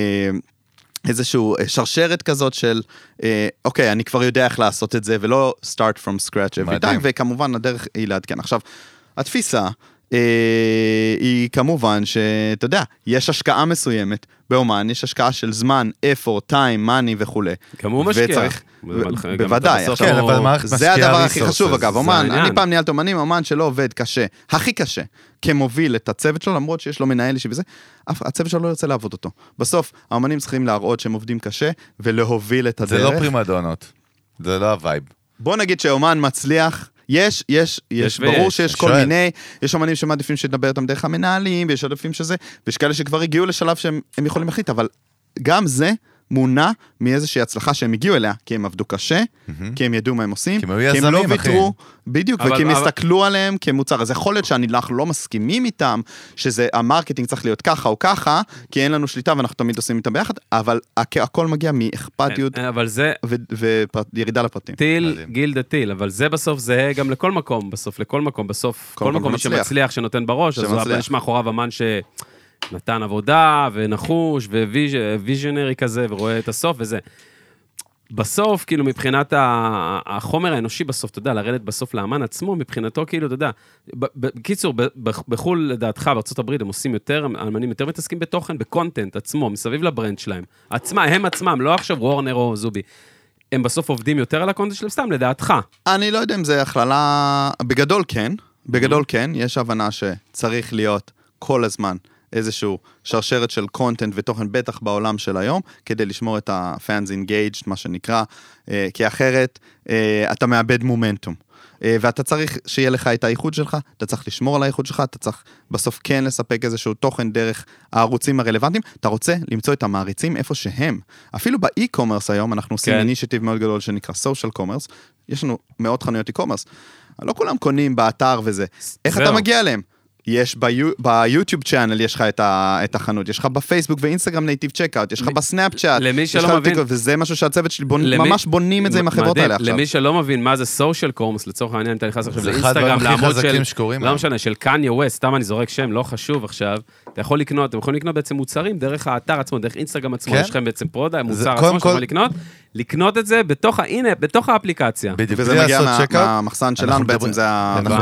איזשהו שרשרת כזאת של, אוקיי, אני כבר יודע איך לעשות את זה, ולא start from scratch every time, וכמובן הדרך היא לעדכן. עכשיו, התפיסה, היא כמובן שאתה יודע, יש השקעה מסוימת באומן, יש השקעה של זמן, effort, time, money וכו'. גם הוא משקיע. בוודאי, זה הדבר הכי חשוב אגב, אומן, אני פעם ניהלת אומנים, אומן שלא עובד קשה, הכי קשה, כמוביל את הצוות שלו, למרות שיש לו מנהל אישי וזה, הצוות שלו לא ירצה לעבוד אותו. בסוף, האומנים צריכים להראות שהם עובדים קשה, ולהוביל את הדרך. זה לא פרימדונות, זה לא הווייב. בוא נגיד שאומן מצליח, יש, יש, יש, ברור שיש כל מיני, יש אומנים שמעדיפים שתדבר אותם דרך המנהלים, ויש עדיפים שזה, ויש כאלה שכבר הגיעו לשלב שהם יכולים להחליט, אבל גם זה מונע מאיזושהי הצלחה שהם הגיעו אליה, כי הם עבדו קשה, כי הם ידעו מה הם עושים, כי הם לא ויתרו, בדיוק, וכי הם הסתכלו עליהם כמוצר. אז יכול להיות שאנחנו לא מסכימים איתם, שזה המרקטינג צריך להיות ככה או ככה, כי אין לנו שליטה ואנחנו תמיד עושים איתם ביחד, אבל הכל מגיע מאכפתיות וירידה לפרטים. טיל, גיל טיל, אבל זה בסוף זה גם לכל מקום, בסוף לכל מקום, בסוף כל מקום שמצליח, שנותן בראש, אז יש מאחוריו אמן שנתן עבודה ונחוש וויז'נרי כזה ורואה את הסוף וזה. בסוף, כאילו, מבחינת החומר האנושי בסוף, אתה יודע, לרדת בסוף לאמן עצמו, מבחינתו, כאילו, אתה יודע, בקיצור, בחול, לדעתך, בארצות הברית, הם עושים יותר, האמנים יותר מתעסקים בתוכן, בקונטנט עצמו, מסביב לברנד שלהם. עצמה, הם עצמם, לא עכשיו וורנר או זובי. הם בסוף עובדים יותר על הקונטנט שלהם, סתם, לדעתך. אני לא יודע אם זה הכללה, בגדול כן, בגדול כן, יש הבנה שצריך להיות כל הזמן איזשהו שרשרת של קונטנט ותוכן בטח בעולם של היום, כדי לשמור את הפאנס אינגייג'ד, מה שנקרא, כי אחרת אתה מאבד מומנטום. ואתה צריך שיהיה לך את האיחוד שלך, אתה צריך לשמור על האיחוד שלך, אתה צריך בסוף כן לספק איזשהו תוכן דרך הערוצים הרלוונטיים, אתה רוצה למצוא את המעריצים איפה שהם. אפילו באי-קומרס היום, אנחנו עושים אינישיטיב מאוד גדול שנקרא סושיאל קומרס, יש לנו מאות חנויות אי-קומרס, לא כולם קונים באתר וזה. איך אתה מגיע אליהם? יש ביוטיוב צ'אנל, יש לך את החנות, יש לך בפייסבוק ואינסטגרם נייטיב צ'קאוט, יש לך בסנאפצ'אט, למי שלא מבין, וזה משהו שהצוות שלי ממש בונים את זה עם החברות האלה עכשיו. למי שלא מבין מה זה סושיאל קומרס, לצורך העניין, אתה נכנס עכשיו לאינסטגרם, לעמוד של, לא משנה, של קניה ווסט, סתם אני זורק שם, לא חשוב עכשיו, אתה יכול לקנות, אתם יכולים לקנות בעצם מוצרים דרך האתר עצמו, דרך אינסטגרם עצמו, יש לכם בעצם פרודה, מוצר עצמו שאתה לקנות, לקנות את זה בתוך, הנה, בתוך האפליקציה. וזה מגיע מהמחסן שלנו, בעצם זה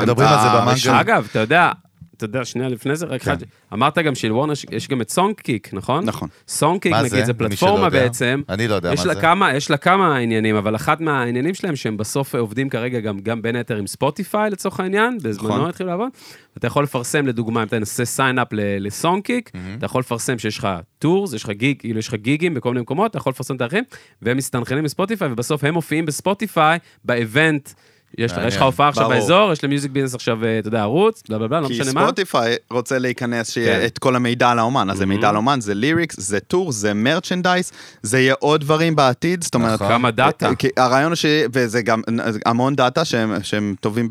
אגב, אתה יודע, אתה יודע, שנייה לפני זה, רק אחד, אמרת גם שלוורנר, יש גם את סונגקיק, נכון? נכון. סונגקיק, נגיד, זה פלטפורמה בעצם. אני לא יודע מה זה. יש לה כמה עניינים, אבל אחת מהעניינים שלהם, שהם בסוף עובדים כרגע גם בין היתר עם ספוטיפיי, לצורך העניין, בזמנו התחילו לעבוד, אתה יכול לפרסם, לדוגמה, אם אתה נעשה סיין-אפ לסונגקיק, אתה יכול לפרסם שיש לך טורס, יש לך גיג, יש לך גיגים בכל מיני מקומות, אתה יכול לפרסם את האחרים, והם מסתנכרנים בספוטיפיי, ובסוף הם מופיעים בספוטיפיי, באיבנט יש לך הופעה עכשיו באזור, יש למיוזיק ביזנס עכשיו, אתה יודע, ערוץ, בלה בלה בלה, לא משנה מה. כי ספוטיפיי רוצה להיכנס שיהיה את כל המידע על האומן, אז זה מידע על האומן, זה ליריקס, זה טור, זה מרצ'נדייס, זה יהיה עוד דברים בעתיד, זאת אומרת... כמה דאטה. הרעיון הוא ש... וזה גם המון דאטה שהם טובים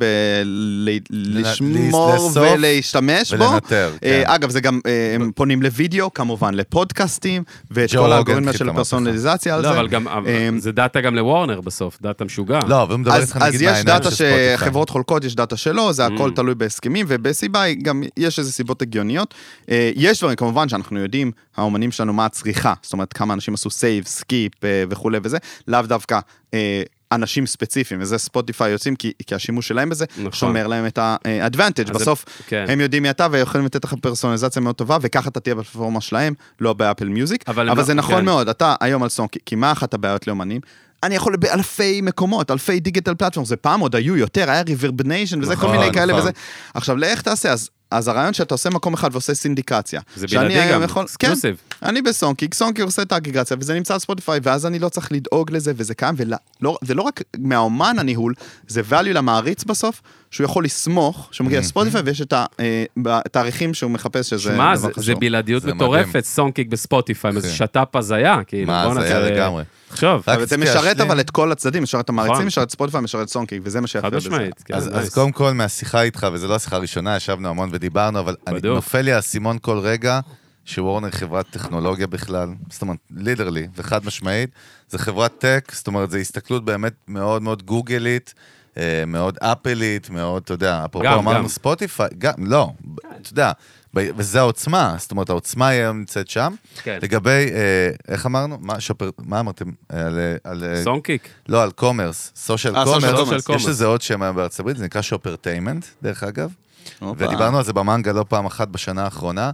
בלשמור ולהשתמש בו. אגב, זה גם, הם פונים לוידאו, כמובן, לפודקאסטים, ואת כל האלגוריתמים של הפרסונליזציה על זה. לא, אבל גם, זה דאטה גם לוורנר בסוף, דאטה משוגע. לא, ומדבר איתך נגיד דאטה שחברות חולקות, יש דאטה שלו, זה הכל תלוי בהסכמים, ובסיבה גם יש איזה סיבות הגיוניות. יש דברים, כמובן, שאנחנו יודעים, האומנים שלנו מה הצריכה, זאת אומרת, כמה אנשים עשו סייב, סקיפ וכו' וזה, לאו דווקא אנשים ספציפיים, וזה ספוטיפיי יוצאים, כי, כי השימוש שלהם בזה שומר להם את ה-advantage. בסוף, הם יודעים מי אתה, ויכולים לתת לך פרסונליזציה מאוד טובה, וככה אתה תהיה בפלטפורמה שלהם, לא באפל מיוזיק, אבל זה נכון מאוד, אתה היום על סונג, כי מה אחת הבעיות לאומנים? אני יכול באלפי מקומות, אלפי דיגיטל פלטפורם, זה פעם עוד היו יותר, היה ריברבניישן, וזה כל מיני כאלה וזה. עכשיו, לאיך תעשה? אז אז הרעיון שאתה עושה מקום אחד ועושה סינדיקציה. זה בלעדי גם, אקסקלוסיב. כן, אני בסונקיק, סונקיק עושה את האגרגציה, וזה נמצא על ספוטיפיי, ואז אני לא צריך לדאוג לזה, וזה קיים, זה לא רק מהאומן הניהול, זה value למעריץ בסוף, שהוא יכול לסמוך, שהוא מגיע לספוטיפיי, ויש את התאריכים שהוא מחפש שזה דבר חשוב. שמע, זה בלעדיות מטורפת, סונקיק בספוטיפיי, זה שטאפ הזיה, מה, הזיה לגמרי. עכשיו. זה משרת אבל את כל הצדדים, משרת את המעריצים, משרת ספוטיפיי, משרת סונקיק, וזה מה שיפה בזה. אז קודם כל, מהשיחה איתך, וזו לא השיחה הראשונה, ישבנו המון ודיברנו, אבל נופל לי הסימון כל רגע, שוורנר חברת טכנולוגיה בכלל, זאת אומרת, לידרלי, וחד משמעית, זה חברת טק, זאת אומרת, זו הסתכלות באמת מאוד מאוד גוגלית, מאוד אפלית, מאוד, אתה יודע, אפרופו אמרנו ספוטיפיי, גם, לא, אתה יודע, וזה העוצמה, זאת אומרת, העוצמה היא נמצאת שם. לגבי, איך אמרנו? מה אמרתם? סונקיק. לא, על קומרס, סושיאל קומרס. יש לזה עוד שם היום בארצות הברית, זה נקרא שופרטיימנט, דרך אגב. ודיברנו על זה במנגה לא פעם אחת בשנה האחרונה.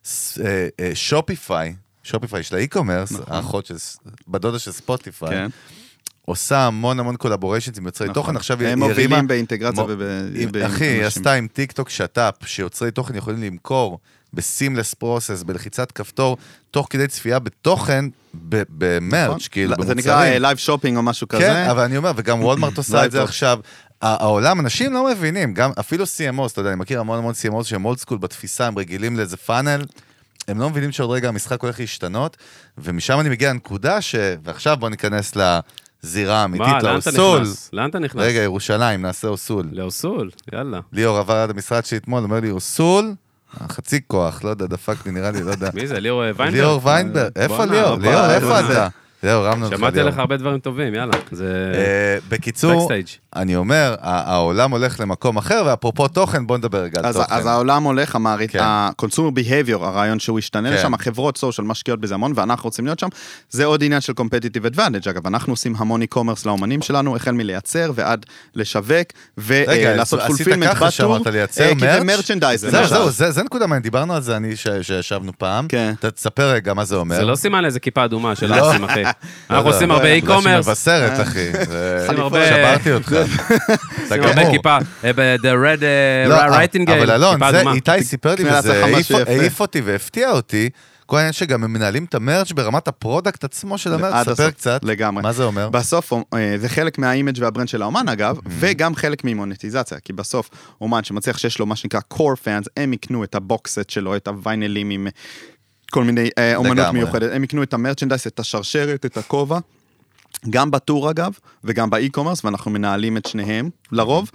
שופיפיי, שופיפיי של האי-קומרס, האחות של, בדודה של ספוטיפיי, עושה המון המון קולבוריישנס עם יוצרי תוכן, עכשיו היא הרימה... הם מובילים באינטגרציה וב... אחי, היא עשתה עם טיק טוק שטאפ, שיוצרי תוכן יכולים למכור בסימלס פרוסס, בלחיצת כפתור, תוך כדי צפייה בתוכן, במרץ', כאילו, במוצרים. זה נקרא לייב שופינג או משהו כזה. כן, אבל אני אומר, וגם וולמרט עושה את זה עכשיו. העולם, אנשים לא מבינים, גם אפילו סי אם או, אתה יודע, אני מכיר המון המון סי אם או שהם אולד סקול בתפיסה, הם רגילים לאיזה פאנל, הם לא מבינים שעוד רגע המשחק הולך להשתנות, ומשם אני מגיע לנקודה ש... ועכשיו בוא ניכנס לזירה האמיתית, לאוסול. לאן אתה נכנס? רגע, ירושלים, נעשה אוסול. לאוסול, יאללה. ליאור עבר עד המשרד שאתמול, אומר לי, אוסול, חצי כוח, לא יודע, דפק לי, נראה לי, לא יודע. מי זה, ליאור ויינברג? ליאור ויינברג, איפה ליאור? ליאור, איפה אתה? זהו, רמנו לך. שמעתי לך הרבה דברים טובים, יאללה. בקיצור, אני אומר, העולם הולך למקום אחר, ואפרופו תוכן, בוא נדבר רגע על תוכן. אז העולם הולך, ה-consumer behavior, הרעיון שהוא ישתנה לשם, החברות סושיאל משקיעות בזה המון, ואנחנו רוצים להיות שם, זה עוד עניין של competitive advantage. אגב, אנחנו עושים המון e-commerce לאומנים שלנו, החל מלייצר ועד לשווק, ולעשות fulfillment בטור, כמרצ'נדייז. זהו, זה נקודה מעניין, דיברנו על זה, אני שישבנו פעם. תספר רגע מה זה אומר. זה לא סימן לאיזה כיפה אדומה של עושים, אחי. אנחנו עושים הרבה e-commerce. שמבשרת, אחי. עושים הרבה... שברתי אותך. עושים הרבה כיפה. The red writing game. אבל אלון, איתי סיפר לי וזה העיף אותי והפתיע אותי. כל העניין שגם הם מנהלים את המרץ' ברמת הפרודקט עצמו של המרץ', ספר קצת. לגמרי. מה זה אומר? בסוף, זה חלק מהאימג' והברנד של האומן אגב, וגם חלק ממוניטיזציה, כי בסוף אומן שמצליח שיש לו מה שנקרא core fans, הם יקנו את הבוקסט שלו, את הוויינלים עם כל מיני אומנות מיוחדת, הם יקנו את המרצ'נדייס, את השרשרת, את הכובע, גם בטור אגב, וגם באי-קומרס, ואנחנו מנהלים את שניהם, לרוב,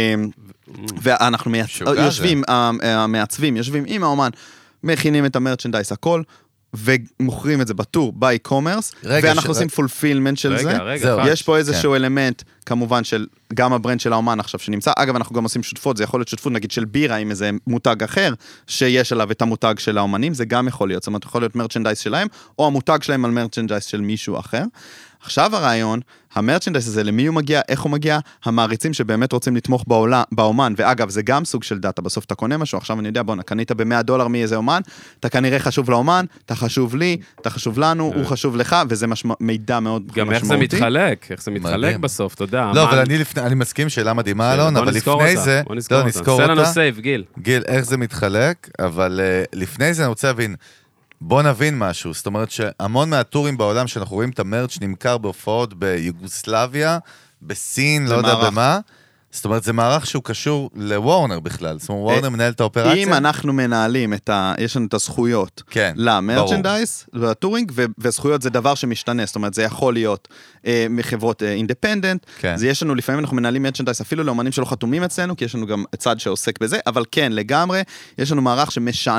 ואנחנו יושבים, המעצבים, יושבים עם האומן, מכינים את המרצ'נדייס, הכל, ומוכרים את זה בטור, באי-קומרס, ואנחנו עושים פולפילמנט של זה. יש פה איזשהו אלמנט, כמובן, של גם הברנד של האומן עכשיו שנמצא. אגב, אנחנו גם עושים שותפות, זה יכול להיות שותפות, נגיד, של בירה, עם איזה מותג אחר, שיש עליו את המותג של האומנים, זה גם יכול להיות. זאת אומרת, יכול להיות מרצ'נדייס שלהם, או המותג שלהם על מרצ'נדייס של מישהו אחר. עכשיו הרעיון, המרצ'נדייס הזה, למי הוא מגיע, איך הוא מגיע, המעריצים שבאמת רוצים לתמוך בעולה, באומן, ואגב, זה גם סוג של דאטה, בסוף אתה קונה משהו, עכשיו אני יודע, בוא, קנית ב-מאה דולר מאיזה אומן, אתה כנראה חשוב לאומן, אתה חשוב לי, אתה חשוב לנו, הוא חשוב לך, וזה מידע מאוד משמעותי. גם איך זה מתחלק, איך זה מתחלק בסוף, אתה יודע. לא, אבל אני מסכים שאלה מדהימה, אלון, אבל לפני זה, לא, נזכור אותה. גיל, איך זה מתחלק, אבל לפני זה אני רוצה להבין, בוא נבין משהו, זאת אומרת שהמון מהטורים בעולם שאנחנו רואים את המרץ' נמכר בהופעות ביוגוסלביה, בסין, לא יודע במה, זאת אומרת זה מערך שהוא קשור לוורנר בכלל, זאת אומרת וורנר מנהל את האופרציה. אם אנחנו מנהלים, יש לנו את הזכויות למרצ'נדייס, לטורינג, וזכויות זה דבר שמשתנה, זאת אומרת זה יכול להיות מחברות אינדפנדנט, יש לנו לפעמים אנחנו מנהלים מרצ'נדייס אפילו לאומנים שלא חתומים אצלנו, כי יש לנו גם צד שעוסק בזה, אבל כן לגמרי, יש לנו מערך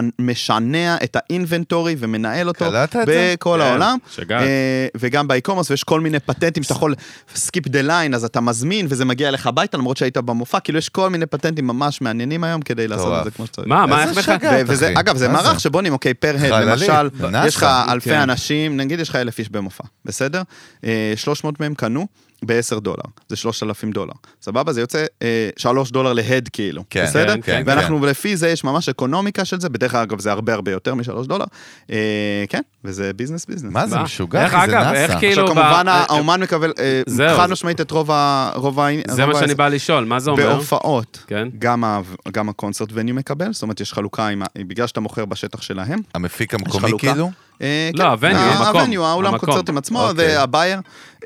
שמשנע את האינבנטורי ומנהל אותו בכל העולם, וגם באי-קומרס, ויש כל מיני פטנטים שאתה יכול skip the line, אז אתה מזמין וזה מגיע לך הביתה, למרות שהיית במופע, כאילו יש כל מיני פטנטים ממש מעניינים היום כדי לעשות את זה כמו שצריך. מה, מה, איך מחכה? אגב, זה מערך שבונים, אוקיי, פר הד, למשל, יש לך אלפי אנשים, נגיד יש לך אלף איש במופע, בסדר? שלוש מאות מהם קנו ב-עשרה דולר, זה שלושת אלפים דולר. סבבה, זה יוצא שלוש דולר להד כאילו, בסדר? ואנחנו לפי זה יש ממש אקונומיקה של זה, בדרך אגב זה הרבה הרבה יותר משלוש דולר, כן, וזה ביזנס ביזנס. מה זה משוגע? זה נאסה. עכשיו כמובן האומן מקבל, חד משמעית את רוב ה... זה מה שאני בא לשאול, מה זה אומר? בהופעות, גם הקונצרט וניו מקבל, זאת אומרת יש חלוקה, בגלל שאתה מוכר בשטח שלהם. המפיק המקומי כאילו? לא, הווניו, המקום. הווניו, האולם קונצרטים עצמו, והבייר,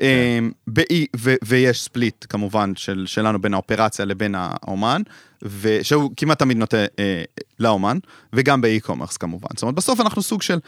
ויש ספליט כמובן שלנו בין האופרציה לבין האומן, שהוא כמעט תמיד נוטה לאומן, וגם באי-קומרס כמובן. זאת אומרת, בסוף אנחנו סוג של,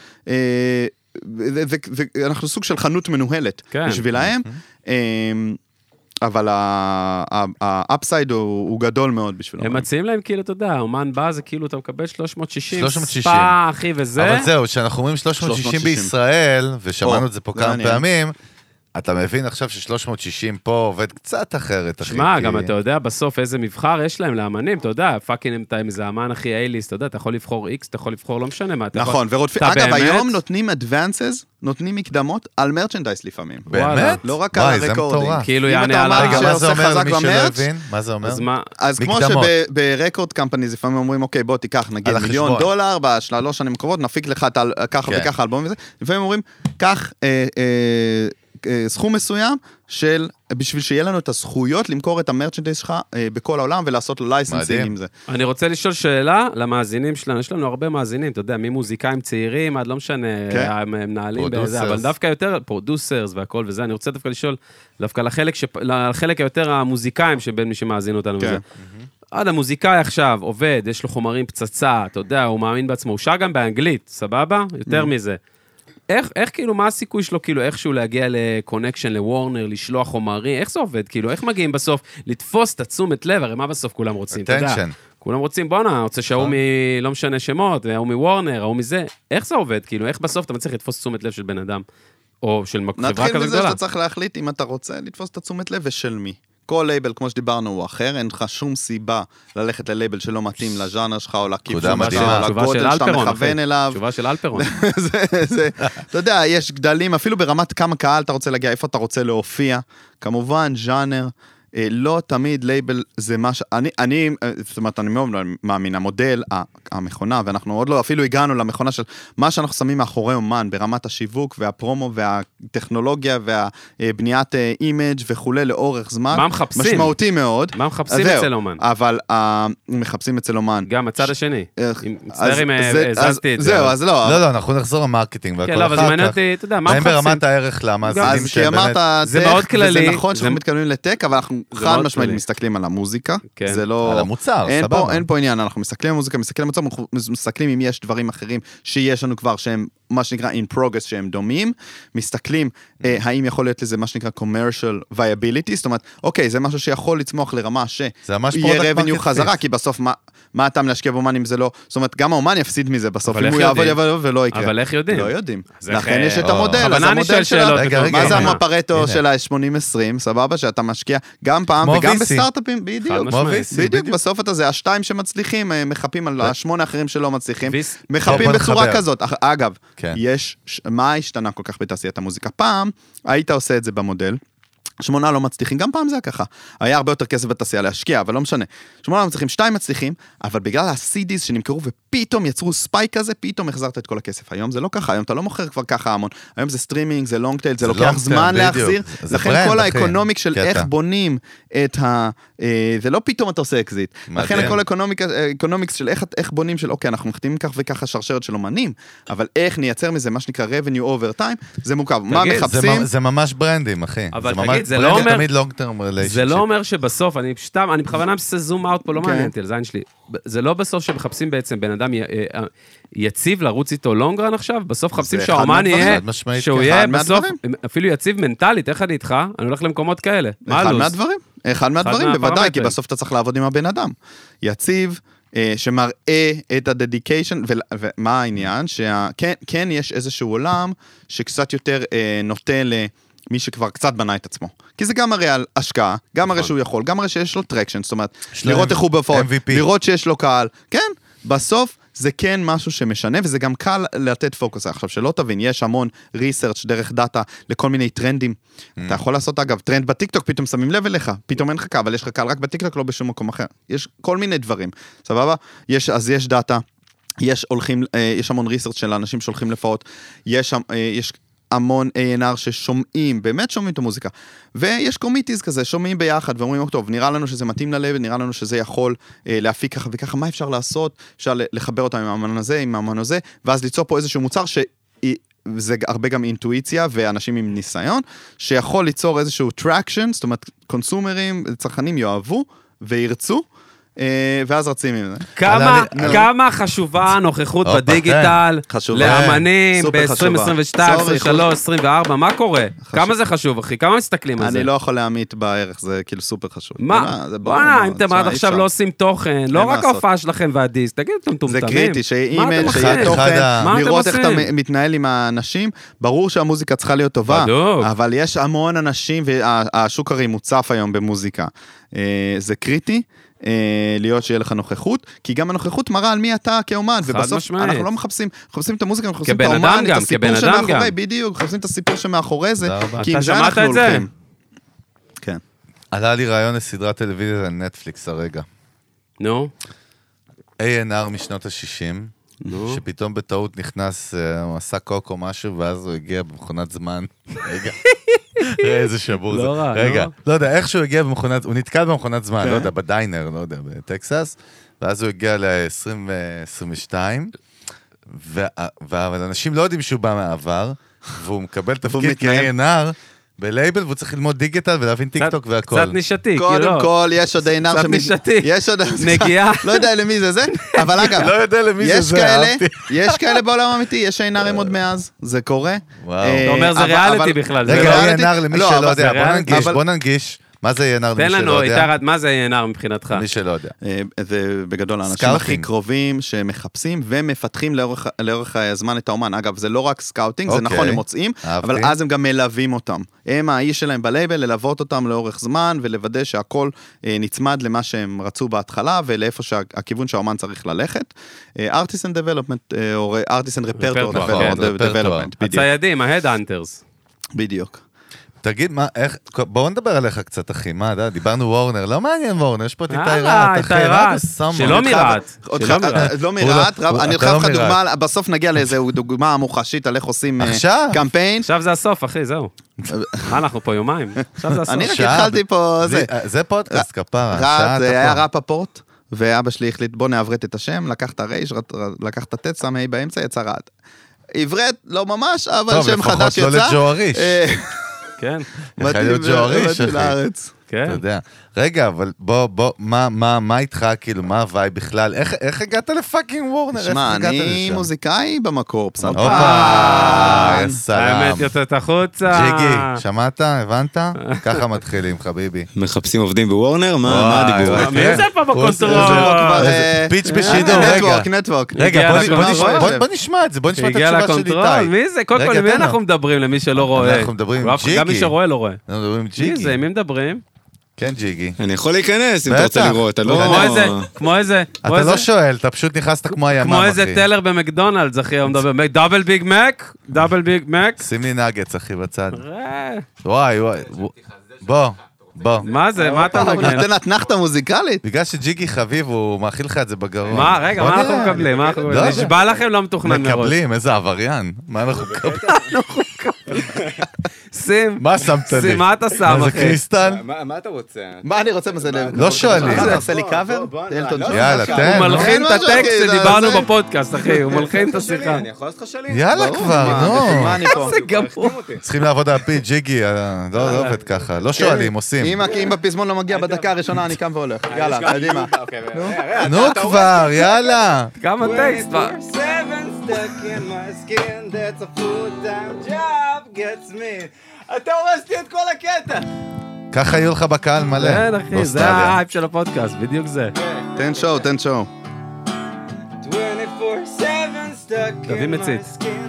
אנחנו סוג של חנות מנוהלת בשבילהם, אבל האפסייד הוא גדול מאוד בשבילם. הם מציעים להם כאילו, אתה יודע, אומן בא זה כאילו אתה מקבל שלוש מאות שישים, ספא, אחי, וזה. אבל זהו, שאנחנו אומרים שלוש מאות שישים בישראל, ושמענו את זה פה כמה פעמים, אתה מבין עכשיו ש-שלוש מאות שישים פה עובד קצת אחרת, אחי. שמע, גם אתה יודע בסוף איזה מבחר יש להם לאמנים, אתה יודע, פאקינג אתה עם איזה אמן הכי אייליסט, אתה יודע, אתה יכול לבחור X, אתה יכול לבחור לא משנה מה. נכון, אגב, היום נותנים advances, נותנים מקדמות על מרצ'נדייס לפעמים. באמת? לא רק על הרקורדים. כאילו יענה על... רגע, מה זה אומר למי שלא הבין? מה זה אומר? אז כמו שברקורד קמפניז לפעמים אומרים, אוקיי, בוא תיקח נגיד מיליון דולר בשלוש שנים קרובות, נפיק לך ככה וככה אלבום וזה. לפעמים אומרים, קח סכום מסוים של, בשביל שיהיה לנו את הזכויות למכור את המרצ'נדייס שלך בכל העולם ולעשות לו לייסנסינג עם זה. אני רוצה לשאול שאלה למאזינים שלנו, יש לנו הרבה מאזינים, אתה יודע, ממוזיקאים צעירים עד לא משנה, הם מנהלים באיזה, אבל דווקא יותר פרודוסרס והכל וזה, אני רוצה דווקא לשאול, דווקא לחלק היותר המוזיקאים שבין מי שמאזין אותנו וזה. עד המוזיקאי עכשיו עובד, יש לו חומרים פצצה, אתה יודע, הוא מאמין בעצמו, הוא שר גם באנגלית, סבבה? יותר מזה. איך, איך כאילו, מה הסיכוי שלו, כאילו, איכשהו להגיע לקונקשן, לוורנר, לשלוח חומרים, איך זה עובד, כאילו, איך מגיעים בסוף לתפוס את התשומת לב, הרי מה בסוף כולם רוצים, אתה יודע? כולם רוצים, בוא נה, רוצה שההוא מ... לא משנה שמות, ההוא מוורנר, ההוא מזה, איך זה עובד, כאילו, איך בסוף אתה מצליח לתפוס תשומת לב של בן אדם, או של חברה כזו גדולה? נתחיל מזה שאתה צריך להחליט אם אתה רוצה לתפוס את התשומת לב ושל מי. כל לייבל, כמו שדיברנו, הוא אחר, אין לך שום סיבה ללכת ללייבל שלא מתאים לז'אנר שלך, או לכיוון שלך, או לגודל שאתה מכוון אליו. תשובה של אלפרון. אתה יודע, יש גדלים, אפילו ברמת כמה קהל אתה רוצה להגיע, איפה אתה רוצה להופיע. כמובן, ז'אנר, לא תמיד לייבל זה מה ש... אני, אני, זאת אומרת, אני מאוד מאמין, המודל, המכונה, ואנחנו עוד לא, אפילו הגענו למכונה של מה שאנחנו שמים מאחורי אומן, ברמת השיווק והפרומו והטכנולוגיה והבניית אימג' וכולי לאורך זמן. מה מחפשים? משמעותי מאוד. מה מחפשים אצל אומן? אבל מחפשים אצל אומן. גם הצד השני. מצטער אם הזזתי את זה. זהו, אז לא. לא, לא, אנחנו נחזור למרקטינג. כן, לא, אבל זה מעניין אותי, אתה יודע, מה מחפשים? ברמת הערך למאזינים שבאמת... זה מאוד כללי. זה נכון שאנחנו מתכוונים לטק, אבל אנחנו חד משמעית מסתכלים על המוזיקה, זה לא... על המוצר, סבבה. אין פה עניין, אנחנו מסתכלים על מוזיקה, מסתכלים על מוצר, אנחנו מסתכלים אם יש דברים אחרים שיש לנו כבר שהם, מה שנקרא in progress, שהם דומים, מסתכלים האם יכול להיות לזה מה שנקרא commercial viability, זאת אומרת, אוקיי, זה משהו שיכול לצמוח לרמה שיהיה revenue חזרה, כי בסוף מה הטעם להשקיע באומן אם זה לא, זאת אומרת, גם האומן יפסיד מזה בסוף, אם הוא יעבוד יעבוד ולא יקרה. אבל איך יודעים? לא יודעים. לכן יש את המודל, אז המודל שלה, מה זה הפרטו של ה-שמונים עשרים, סבבה, שאתה משקיע גם פעם וגם בסטארט-אפים, בדיוק. בדיוק, בסוף אתה זה, השתיים שמצליחים, מחפים על השמונה אחרים שלא מצליחים, מחפים בצורה כזאת. אגב, יש, מה השתנה כל כך בתעשיית המוזיקה? פעם, היית עושה את זה במודל, שמונה לא מצליחים, גם פעם זה היה ככה. היה הרבה יותר כסף בתעשייה להשקיע, אבל לא משנה. שמונה לא מצליחים, שתיים מצליחים, אבל בגלל ה-סי דיז שנמכרו ופתאום יצרו ספייק כזה, פתאום החזרת את כל הכסף. היום זה לא ככה, היום אתה לא מוכר כבר ככה המון. היום זה סטרימינג, זה לונג טייל, זה לוקח זמן להחזיר. לכן כל האקונומיק של איך בונים את ה... זה לא פתאום אתה עושה אקזיט. לכן כל האקונומיקס של איך בונים של, אוקיי, אנחנו מחתימים כך וככה שרשרת של אומנים, אבל איך נייצר מזה, מה שנקרא revenue over time, זה מורכב. מה מחפשים? זה ממש ברנדים, אחי. אבל תגיד, זה לא אומר, זה לא אומר שבסוף, אני פשוטם, אני בכוונה מסע זום אאוט פה, לא מעניין אותי, לזין שלי. זה לא בסוף שמחפשים בעצם בן אדם יציב לרוץ איתו לונגרן עכשיו, בסוף חפשים שהאומן יהיה, שהוא יהיה בסוף, אפילו יציב מנטלית, איך אני איתך? אני הולך למקומות כאלה. אחד מהדברים, אחד מהדברים, בוודאי, כי בסוף אתה צריך לעבוד עם הבן אדם. יציב, שמראה את הדדיקיישן, ומה העניין? שכן יש איזשהו עולם שקצת יותר נוטה למי שכבר קצת בנה את עצמו. כי זה גם הרי על השקעה, גם הרי שהוא יכול, גם הרי שיש לו טרקשן, זאת אומרת, לראות איך הוא בפורט, לראות שיש לו קהל. כן, בסוף זה כן משהו שמשנה, וזה גם קל לתת פוקוס. עכשיו, שלא תבין, יש המון ריסרצ' דרך דאטה לכל מיני טרנדים. אתה יכול לעשות, אגב, טרנד בטיקטוק, פתאום שמים לב אליך, פתאום אין לך קהל, אבל יש לך קהל רק בטיקטוק, לא בשום מקום אחר. יש כל מיני דברים, סבבה? יש, אז יש דאטה, יש הולכים, יש המון ריסרצ' של אנשים שהולכים לפעות, יש, יש המון איי אן אר ששומעים, באמת שומעים את המוזיקה, ויש קומיטיז כזה, שומעים ביחד, ואומרים, טוב, נראה לנו שזה מתאים ללב, נראה לנו שזה יכול אה, להפיק ככה וככה, מה אפשר לעשות? אפשר לחבר אותם עם האמן הזה, עם האמן הזה, ואז ליצור פה איזשהו מוצר שזה הרבה גם אינטואיציה, ואנשים עם ניסיון, שיכול ליצור איזשהו טראקשן, זאת אומרת, קונסומרים, צרכנים יאהבו וירצו, ואז רצים עם זה. כמה חשובה הנוכחות בדיגיטל, לאמנים, ב-עשרים עשרים ושתיים, עשרים ושלוש, עשרים וארבע, מה קורה? כמה זה חשוב, אחי? כמה מסתכלים על זה? אני לא יכול להעמיד בערך, זה כאילו סופר חשוב. מה? בוא'נה, אם אתם עד עכשיו לא עושים תוכן, לא רק ההופעה שלכם והדיסק, תגידו, אתם טומטמים. זה קריטי, שאימייל, שיהיה תוכן, לראות איך אתה מתנהל עם האנשים, ברור שהמוזיקה צריכה להיות טובה, אבל יש המון אנשים, והשוק הרי מוצף היום במוזיקה. זה קריטי. להיות שיהיה לך נוכחות, כי גם הנוכחות מראה על מי אתה כאומן, ובסוף אנחנו לא מחפשים, מחפשים את המוזיקה, אנחנו מחפשים את האומן, את הסיפור שמאחורי, בדיוק, מחפשים את הסיפור שמאחורי זה, כי עם זה אנחנו הולכים. כן. עלה לי רעיון לסדרת טלוויזיה על נטפליקס הרגע. נו? איי אן אר משנות ה-שישים, שפתאום בטעות נכנס, הוא עשה קוק או משהו, ואז הוא הגיע במכונת זמן. רגע. איזה שבור זה. רגע, לא יודע, איך שהוא הגיע במכונת, הוא נתקל במכונת זמן, לא יודע, בדיינר, לא יודע, בטקסס, ואז הוא הגיע ל-עשרים עשרים ושתיים, אבל אנשים לא יודעים שהוא בא מהעבר, והוא מקבל תפקיד כ-איי אן אר, בלייבל, והוא צריך ללמוד דיגיטל ולהבין טיק טוק והכל. קצת נישתי, כאילו. קודם כל, יש עוד עינר קצת נישתי. יש עוד... נגיעה. לא יודע למי זה זה, אבל אגב, לא יודע למי זה זה, אהבתי. יש כאלה בעולם האמיתי, יש עינרים עוד מאז, זה קורה. וואו. אתה אומר, זה ריאליטי בכלל. רגע, עינר למי שלא יודע, בוא ננגיש, בוא ננגיש. מה זה עינר למי שלא יודע? תן לנו, איתר, מה זה עינר מבחינתך? מי שלא יודע. זה בגדול האנשים הכי קרובים שמחפשים ומפתחים לאורך הזמן את האומן. אגב, זה לא רק סקאוטינג, זה נכון, הם מוצאים, אבל אז הם גם מלווים אותם. הם האיש שלהם בלייבל, ללוות אותם לאורך זמן, ולוודא שהכל נצמד למה שהם רצו בהתחלה, ולאיפה שהכיוון שהאומן צריך ללכת. Artist and Development, או Artist and Repertoire Development. הציידים, ה-Headhunters. בדיוק. תגיד, מה, איך, בואו נדבר עליך קצת, אחי, מה, דה, דיברנו וורנר, לא מעניין וורנר, יש פה את איתי רעת, אחי, מה אתה שם? שלא מירעת. לא מירעת, אני אתחיל לך דוגמה, בסוף נגיע לאיזו דוגמה מוחשית על איך עושים קמפיין. עכשיו זה הסוף, אחי, זהו. מה, אנחנו פה יומיים? עכשיו זה הסוף. אני רק התחלתי פה, זה. זה פודקאסט, כפרה, רעת, זה היה רפפורט, ואבא שלי החליט, בוא נעברת את השם, לקח את הרייש, לקח את הטט, שם ה' באמצע, יצא רעת. עברת, לא ממש, אבל שם חדש יצא. טוב, לפחות לא לג'ואריש. כן. יכול להיות ג'ואריש, אחי. כן. אתה יודע. רגע, אבל בוא, בוא, מה, מה, מה איתך, כאילו, מה הוואי בכלל? איך, איך הגעת לפאקינג וורנר? שמע, אני מוזיקאי במקור, פסנתרן. הופה, יא סלאם. האמת יוצאת החוצה. ג'יגי, שמעת? הבנת? ככה מתחילים, חביבי. מחפשים עובדים בוורנר? מה הדיבור? מי זה פה בקונטרול? פיץ' בשידור, רגע. נטוורק, נטוורק. רגע, בוא נשמע את זה, בוא נשמע את התשובה של איתי. מי זה? קודם כל, למי אנחנו מדברים? למי שלא רואה? אנחנו מדברים עם ג'יגי. גם מי שרואה לא רואה. אנחנו מדברים עם ג'יגי. מי זה? מי מדברים? כן, ג'יגי. אני יכול להיכנס אם אתה רוצה לראות. כמו איזה, כמו איזה... אתה לא שואל, אתה פשוט נכנסת כמו הימם, אחי. כמו איזה טלר במקדונלדס, אחי, הוא מדבר, דאבל ביג מק, דאבל ביג מק. שים לי נגץ, אחי, בצד. וואי, וואי. בוא, בוא. מה זה? מה אתה מגן? נותן אתנחתה מוזיקלית. בגלל שג'יגי חביב, הוא מאכיל לך את זה בגרון. מה, רגע, מה אנחנו מקבלים? נשבע לכם לא מתוכנן מראש. מקבלים, איזה עבריין. מה אנחנו מקבלים? שים. מה שמת לי? שים, מה אתה שם, אחי? מה זה קריסטל? מה אתה רוצה? מה אני רוצה מזה? לא שואלים. אתה עושה לי קאבר? יאללה, תן. הוא מלחין את הטקסט שדיברנו בפודקאסט, אחי, הוא מלחין את השיחה. אני יכול לעשות לך שלי? יאללה כבר, נו. מה אני פה? זה גמור. צריכים לעבוד על פי ג'יגי, לא עובד ככה. לא שואלים, עושים. אם בפזמון לא מגיע בדקה הראשונה, אני קם והולך. יאללה, קדימה. נו כבר, יאללה. כמה טקסט. אתה הורסתי את כל הקטע. ככה יהיו לך בקהל מלא. כן, אחי, זה ההייפ של הפודקאסט, בדיוק זה. תן שואו, תן שואו. תביא מצית.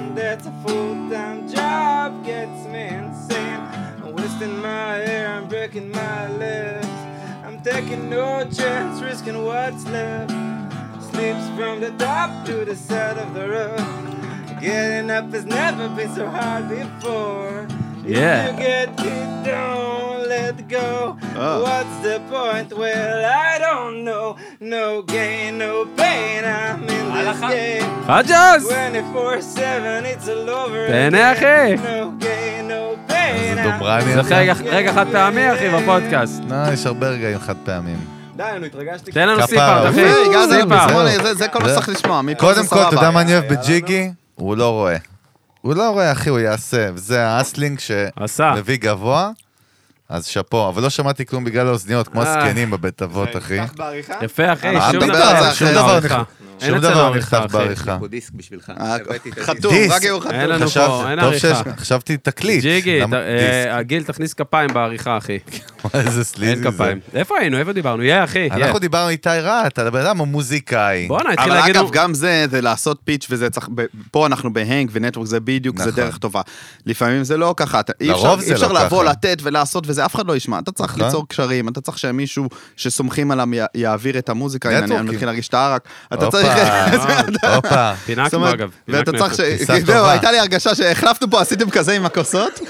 Taking no chance, risking what's left. Sleeps from the top to the side of the road. Getting up has never been so hard before. Yeah. If you get hit, don't let go. Oh. What's the point? Well, I don't know. No gain, no pain. I'm in this game. חג'ס! twenty-four seven, it's all over. תהנה, אחי. No gain, no pain. זה דוברני. זה רגע חד פעמי, אחי, בפודקאסט. לא, יש הרבה רגעים חד פעמים. די, אני התרגשתי. תן לנו סיפארט, אחי. זה כל מה שצריך לשמוע. קודם כל, אתה יודע מה אני אוהב בג'יגי? הוא לא רואה. הוא לא רואה, אחי, הוא יעשה. וזה האסלינג שמביא גבוה. אז שפו, אבל לא שמעתי כלום בגלל האוזניות, כמו הסקנים בבית אבות, אחי. יפה, אחי, שום דבר, שום דבר נכתב. שום דבר נכתב בעריכה. פה דיסק בשבילך. חתום, רק יהיו חתום. אין לנו פה, אין עריכה. חשבתי תקליט. ג'יגי, גיל, תכניס כפיים בעריכה, אחי. איזה סליזי זה. אין כפיים. איפה היינו? איפה דיברנו? יא, אחי, יא. אנחנו דיברנו איתי רעת, על הבן אדם המוזיקאי. בוא נתחיל אבל להגיד... אגב, גם זה, זה לעשות פיץ' וזה צריך... פה אנחנו בהנג ונטוורק, זה בדיוק, זה דרך טובה. לפעמים זה לא ככה. אי אפשר לבוא, לתת ולעשות, וזה אף אחד לא ישמע. אתה צריך ליצור קשרים, אתה צריך שמישהו שסומכים עליו יעביר את המוזיקה, אני מתחיל להרגיש את הערק. אתה צריך... הופה. פינקנו אגב. ואתה צריך ש... זהו, הייתה לי הרגשה שהחלפנו פה, עשיתם כזה עם הכוסות.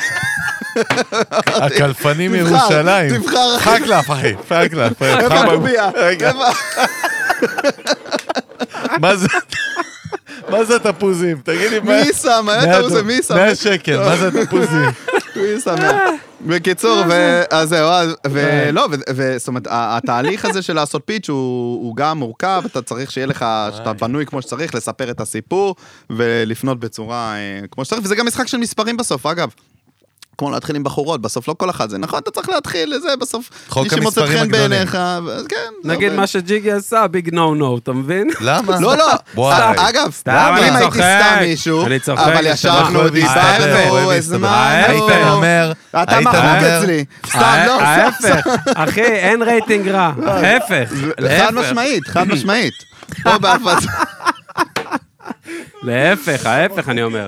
הקלפנים מירושלים. תבחר. פקלף, אחי. פקלף. איפה הקובייה? מה זה? מה זה התפוזים? תגיד לי מה... מי שם? מי שם? מאה שקל, מה זה התפוזים? מי שם? בקיצור, אז זהו, ולא, זאת אומרת, התהליך הזה של לעשות פיץ' הוא גם מורכב, אתה צריך שיהיה לך, שאתה בנוי כמו שצריך, לספר את הסיפור, ולפנות בצורה כמו שצריך, וזה גם משחק של מספרים בסוף, אגב. כמו להתחיל עם בחורות, בסוף לא כל אחד זה, נכון, אתה צריך להתחיל לזה, בסוף מי שמוצא חן בעיניך, כן. נגיד מה שג'יגי עשה, ביג נו נו, אתה מבין? למה? לא, לא, אגב, אם הייתי סתם מישהו, אבל ישבנו, דיברנו, איזה מה, היית אומר, אתה מחוק אצלי, סתם, לא, ההפך, אחי, אין רייטינג רע, ההפך. חד משמעית, חד משמעית. פה בהפצה. להפך, ההפך, אני אומר.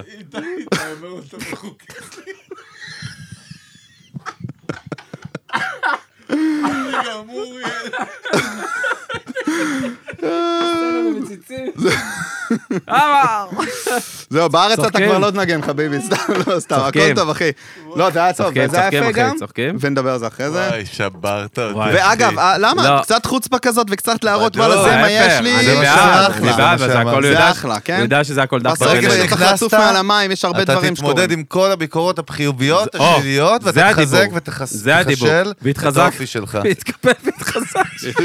זהו, בארץ אתה כבר לא תנגן, חביבי, סתם, לא, סתם, הכל טוב, אחי. לא, זה היה טוב, וזה היה יפה גם, ונדבר על זה אחרי זה. וואי, שברת אותי. ואגב, למה? קצת חוצפה כזאת וקצת להראות וואלה, זה מה יש לי. אני בעד, אני בעד, וזה הכל יודע. זה אחלה, כן? הוא יודע שזה הכל דף בסוף כשאתה חצוף מעל המים, יש הרבה דברים שקורים. אתה תתמודד עם כל הביקורות החיוביות, השליליות, ואתה תחזק ותחשל את האופי שלך. והתקפל והתחזק.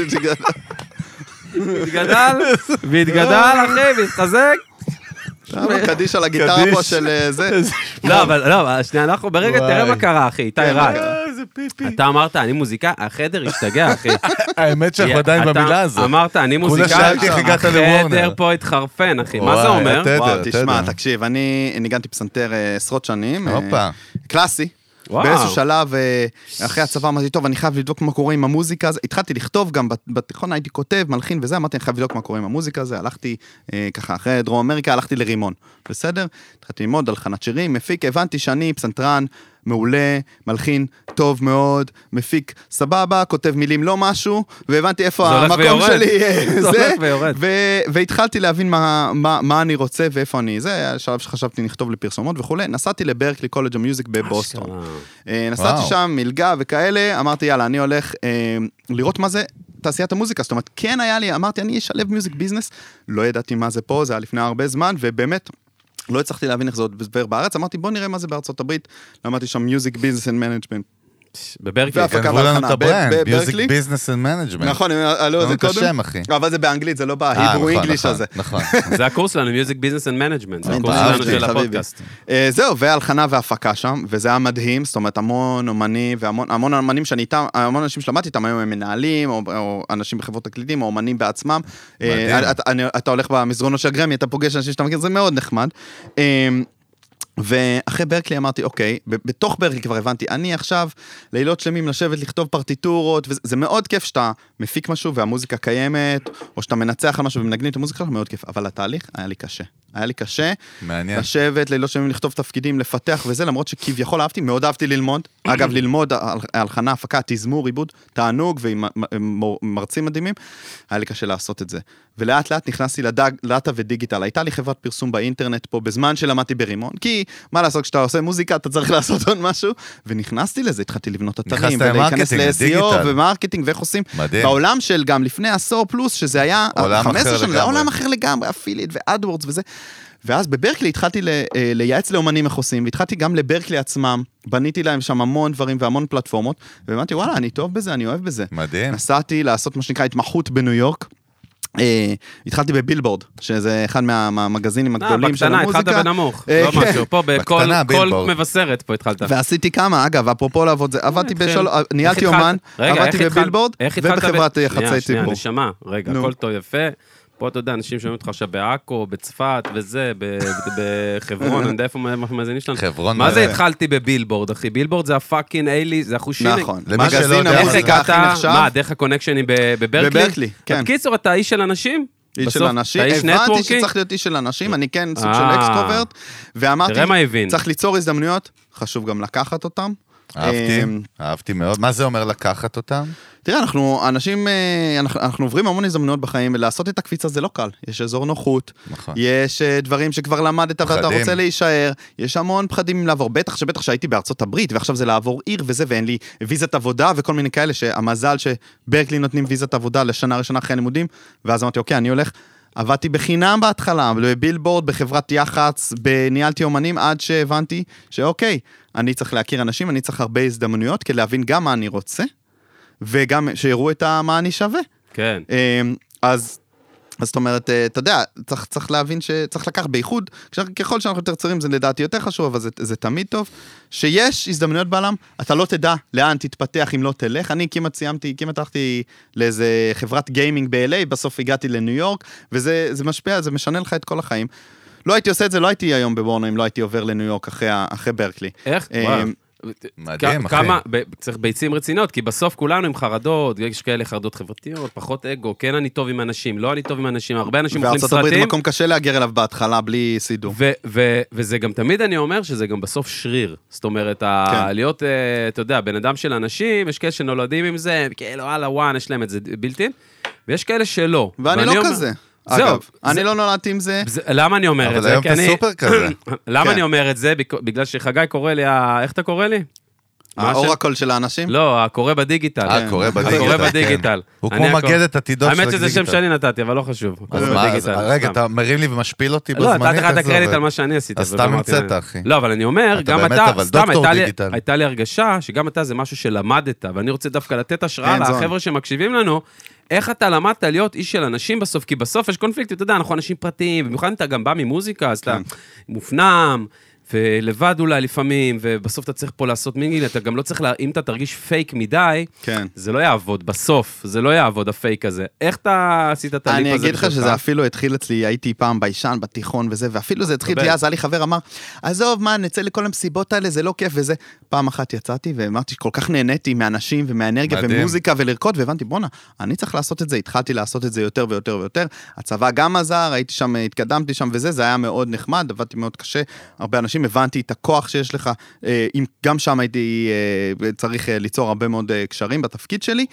והתגדל, והתגדל, אחי, והתחזק. קדיש על הגיטרה פה של זה. לא, אבל לא, שנייה, אנחנו ברגע, תראה מה קרה, אחי, איתי רץ. אתה אמרת, אני מוזיקה, החדר השתגע, אחי. האמת שאנחנו עדיין במילה הזאת. אמרת, אני מוזיקה, החדר פה התחרפן, אחי. מה זה אומר? וואו, תשמע, תקשיב, אני ניגנתי פסנתר עשרות שנים. קלאסי. באיזשהו שלב, אחרי הצבא אמרתי, טוב, אני חייב לבדוק מה קורה עם המוזיקה הזה, התחלתי לכתוב גם, בתיכון הייתי כותב, מלחין וזה, אמרתי, אני חייב לבדוק מה קורה עם המוזיקה הזה, הלכתי ככה, אחרי דרום אמריקה, הלכתי לרימון, בסדר? התחלתי ללמוד על חנת שירים, מפיק, הבנתי שאני פסנתרן, מעולה, מלחין, טוב מאוד, מפיק, סבבה, כותב מילים לא משהו, והבנתי איפה המקום שלי, זה, והתחלתי להבין מה אני רוצה ואיפה אני, זה היה שלב שחשבתי נכתוב לפרסומות וכו', נסעתי לברקלי קולג' המיוזיק בבוסטון, נסעתי שם מלגה וכאלה, אמרתי יאללה, אני הולך לראות מה זה, תעשיית המוזיקה, זאת אומרת, כן היה לי, אמרתי, אני אשלב מיוזיק ביזנס, לא ידעתי מה זה פה, זה היה לפני הרבה זמן, ובאמת, לא הצלחתי להבין איך זה עוד בסבר בארץ, אמרתי בוא נראה מה זה בארצות הברית, למדתי שם Music Business and Management. בברקלי. גנבו לנו את הברנד, Music Business and Management. נכון, עלו את זה קודם. השם, אחי. אבל זה באנגלית, זה לא בהיברו אינגליש הזה. נכון. זה הקורס שלנו, Music Business and Management, זה הקורס שלנו של הפודקאסט. זהו, והלחנה והפקה שם, וזה היה מדהים, זאת אומרת, המון אומנים, והמון אומנים שאני איתם, המון אנשים שלמדתי איתם, היום הם מנהלים, או אנשים בחברות תקליטים, או אומנים בעצמם. אתה הולך במסדרונות של הגרמי, אתה פוגש אנשים שאתה מכיר, זה מאוד נחמד. ואחרי ברקלי אמרתי, אוקיי, בתוך ברקלי כבר הבנתי, אני עכשיו לילות שלמים לשבת לכתוב פרטיטורות, וזה מאוד כיף שאתה מפיק משהו והמוזיקה קיימת, או שאתה מנצח על משהו ומנגנים את המוזיקה, מאוד כיף, אבל התהליך היה לי קשה. היה לי קשה, מעניין. לשבת לילות שלמים לכתוב תפקידים, לפתח וזה, למרות שכביכול אהבתי, מאוד אהבתי ללמוד, אגב, ללמוד הלחנה, הפקה, תזמור, עיבוד, תענוג, ועם מרצים מדהימים, היה לי קשה לעשות את זה. ולאט לאט נכנסתי לדאטה ודיגיטל. הייתה לי חברת פרסום באינטרנט פה, בזמן שלמדתי ברימון, כי מה לעשות, כשאתה עושה מוזיקה, אתה צריך לעשות עוד משהו, ונכנסתי לזה, התחלתי לבנות אתרים, ולהיכנס ל-אס אי או ומרקטינג, ואיך עושים. בעולם של גם לפני עשור פלוס, שזה היה חמש עשרה שנה, עולם אחר לגמרי, אפיליט ואדוורדס וזה. ואז בברקלי התחלתי לייעץ לאומנים איך עושים, והתחלתי גם לברקלי עצמם, בניתי להם שם המון דברים והמון פלטפורמות, ואמרתי, וואלה, אני טוב בזה, אני אוהב בזה. מדהים. נסעתי לעשות מה שנקרא התמחות בניו יורק, התחלתי בבילבורד, שזה אחד מהמגזינים הגדולים של המוזיקה. בקטנה, התחלת בנמוך, לא משהו, פה בכל מבשרת פה התחלת. ועשיתי כמה, אגב, אפרופו לעבוד זה, עבדתי בשל... ניהלתי אומן, עבדתי בבילבורד, ובחברת יחסי ציבור. נשמה, רגע, הכל טוב יפה. פה אתה יודע, אנשים שומעים אותך עכשיו בעכו, בצפת וזה, בחברון, אני יודע איפה מאזינים שלנו. חברון. מה זה התחלתי בבילבורד, אחי? בילבורד זה הפאקינג איילי, זה החושיני. נכון. מגזין המוזיקה הכי נחשב. מה, דרך הקונקשנים בברקלי? בברקלי, כן. בקיצור, אתה איש של אנשים? איש של אנשים, הבנתי שצריך להיות איש של אנשים, אני כן סוג של אקסטרוברט, ואמרתי, צריך ליצור הזדמנויות, חשוב גם לקחת אותם. אהבתי, אהבתי מאוד. מה זה אומר לקחת אותם? תראה, אנחנו, אנשים, אנחנו, אנחנו עוברים המון הזדמנויות בחיים, ולעשות את הקפיצה זה לא קל. יש אזור נוחות, נכון. יש דברים שכבר למדת ואתה רוצה להישאר, יש המון פחדים לעבור, בטח שבטח שהייתי בארצות הברית, ועכשיו זה לעבור עיר וזה, ואין לי ויזת עבודה וכל מיני כאלה, שהמזל שברקלי נותנים ויזת עבודה לשנה ראשונה אחרי לימודים, ואז אמרתי, אוקיי, אני הולך, עבדתי בחינם בהתחלה, בבילבורד, בחברת יח"צ, בניהלתי אומנים, עד שהבנתי שאוקיי, אני צריך להכיר אנשים, אני צריך הרבה הזדמנויות, כדי להבין גם מה אני רוצה, וגם שיראו את מה אני שווה. כן. אז, אז זאת אומרת, אתה יודע, צריך, צריך להבין שצריך לקח בייחוד, ככל שאנחנו יותר צעירים זה לדעתי יותר חשוב, אבל זה, זה תמיד טוב, שיש הזדמנויות בעולם, אתה לא תדע לאן תתפתח אם לא תלך, אני כמעט סיימתי, כמעט הלכתי לאיזה חברת גיימינג ב-אל איי, בסוף הגעתי לניו יורק, וזה זה משפיע, זה משנה לך את כל החיים. לא הייתי עושה את זה, לא הייתי היום בוורנר, אם לא הייתי עובר לניו יורק אחרי, אחרי ברקלי. איך? וואו. מדהים, אחי. כמה, צריך ביצים רצינות, כי בסוף כולנו עם חרדות, יש כאלה חרדות חברתיות, פחות אגו, כן אני טוב עם אנשים, לא אני טוב עם אנשים, הרבה אנשים אוכלים סרטים. וארצות הברית מקום קשה להגר אליו בהתחלה, בלי סידור. וזה גם תמיד אני אומר שזה גם בסוף שריר. זאת אומרת, להיות, אתה יודע, בן אדם של אנשים, יש כאלה שנולדים עם זה, כאילו, הלאה, וואן, יש להם את זה בלתי, ויש כאלה שלא. ואני לא כזה. אגב, אני לא נולדתי עם זה. למה אני אומר את זה? אבל היום אתה סופר כזה. למה אני אומר את זה? בגלל שחגי קורא לי, איך אתה קורא לי? האורקול של האנשים? לא, הקורא בדיגיטל. הקורא בדיגיטל. הקורא בדיגיטל. הוא כמו מגד את עתידות של הדיגיטל. האמת שזה שם שאני נתתי, אבל לא חשוב. רגע, אתה מרים לי ומשפיל אותי בזמנית? לא, אתה תחת הקרדיט על מה שאני עשיתי. אז סתם המצאת, אחי. לא, אבל אני אומר, גם אתה, סתם הייתה לי הרגשה שגם אתה זה משהו שלמדת, ואני רוצה דווקא לתת השראה לחבר'ה שמקשיבים לנו, איך אתה למדת להיות איש של אנשים בסוף, כי בסוף יש קונפליקט, אתה יודע, אנחנו אנשים פרטיים, במיוחד אתה גם בא ממוזיקה, אז אתה מופנם, ולבד אולי לפעמים, ובסוף אתה צריך פה לעשות מינגיל, אתה גם לא צריך, אם אתה תרגיש פייק מדי, כן. זה לא יעבוד, בסוף, זה לא יעבוד הפייק הזה. איך אתה עשית את הליפ הזה? אני אגיד לך שזה אפילו התחיל אצלי, הייתי פעם ביישן, בתיכון וזה, ואפילו זה התחיל לי, אז היה לי חבר אמר, עזוב, מה, נצא לכל המסיבות האלה, זה לא כיף וזה. פעם אחת יצאתי, ואמרתי, כל כך נהניתי מאנשים ומהאנרגיה ומוזיקה ולרקוד, והבנתי, בונה, אני צריך לעשות את זה, התחלתי לעשות את זה יותר ויותר ויותר. הצבא גם עזר, הייתי שם, התקדמתי שם וזה, זה היה מאוד נחמד, עבדתי מאוד קשה. הרבה אנשים הבנתי את הכוח שיש לך, אם גם שם הייתי צריך ליצור הרבה מאוד קשרים בתפקיד שלי,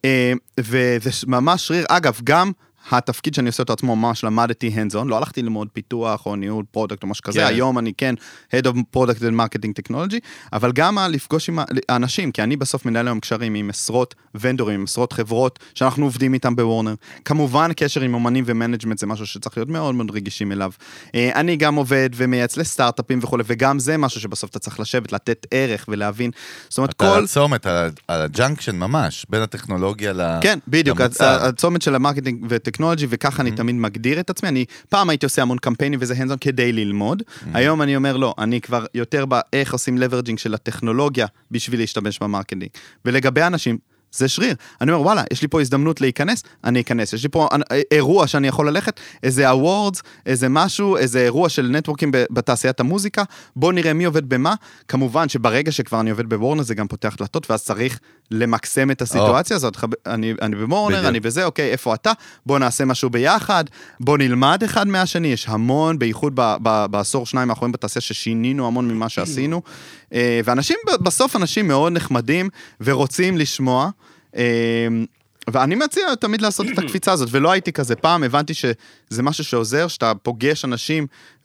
וזה ממש שריר, אגב, גם התפקיד שאני עושה אותו עצמו, ממש למדתי hands-on, לא הלכתי ללמוד פיתוח או ניהול פרודקט או משהו כזה, היום אני כן Head of Product and Marketing Technology, אבל גם לפגוש עם האנשים, כי אני בסוף מנהל היום קשרים עם עשרות ונדורים, עם עשרות חברות, שאנחנו עובדים איתם בוורנר. כמובן, קשר עם אומנים ומנג'מנט זה משהו שצריך להיות מאוד מאוד רגישים אליו. אני גם עובד ומייעץ לסטארט-אפים וכו', וגם זה משהו שבסוף אתה צריך לשבת, לתת ערך ולהבין. זאת אומרת, כל... אתה הצומת על הג'אנקשן ממש, בין הטכנולוגיה למוצר. כן, בדיוק, הצומת של המרקטינג וטכנולוגי, וככה אני תמיד מגדיר את עצמי. אני פעם הייתי עושה המון קמפיינים וזה hands-on כדי ללמוד. היום אני אומר לא, אני כבר יותר באיך עושים לברג'ינג של הטכנולוגיה בשביל להשתמש במרקטינג. ולגבי אנשים, זה שריר. אני אומר, וואלה, יש לי פה הזדמנות להיכנס, אני אכנס. יש לי פה אירוע שאני יכול ללכת, איזה אוורדס, איזה משהו, איזה אירוע של נטוורקים בתעשיית המוזיקה, בוא נראה מי עובד במה. כמובן שברגע שכבר אני עובד בוורנר, זה גם פותח דלתות, ואז צריך למקסם את הסיטואציה הזאת. אני, אני בוורנר, אני בזה, אוקיי, איפה אתה? בוא נעשה משהו ביחד, בוא נלמד אחד מהשני. יש המון, בייחוד ב, ב, בעשור שניים האחרונים בתעשייה, ששינינו המון ממה שעשינו. ואנשים, בסוף אנשים מאוד נחמדים ורוצים לשמוע, ואני מציע תמיד לעשות את הקפיצה הזאת, ולא הייתי כזה פעם, הבנתי שזה משהו שעוזר, שאתה פוגש אנשים,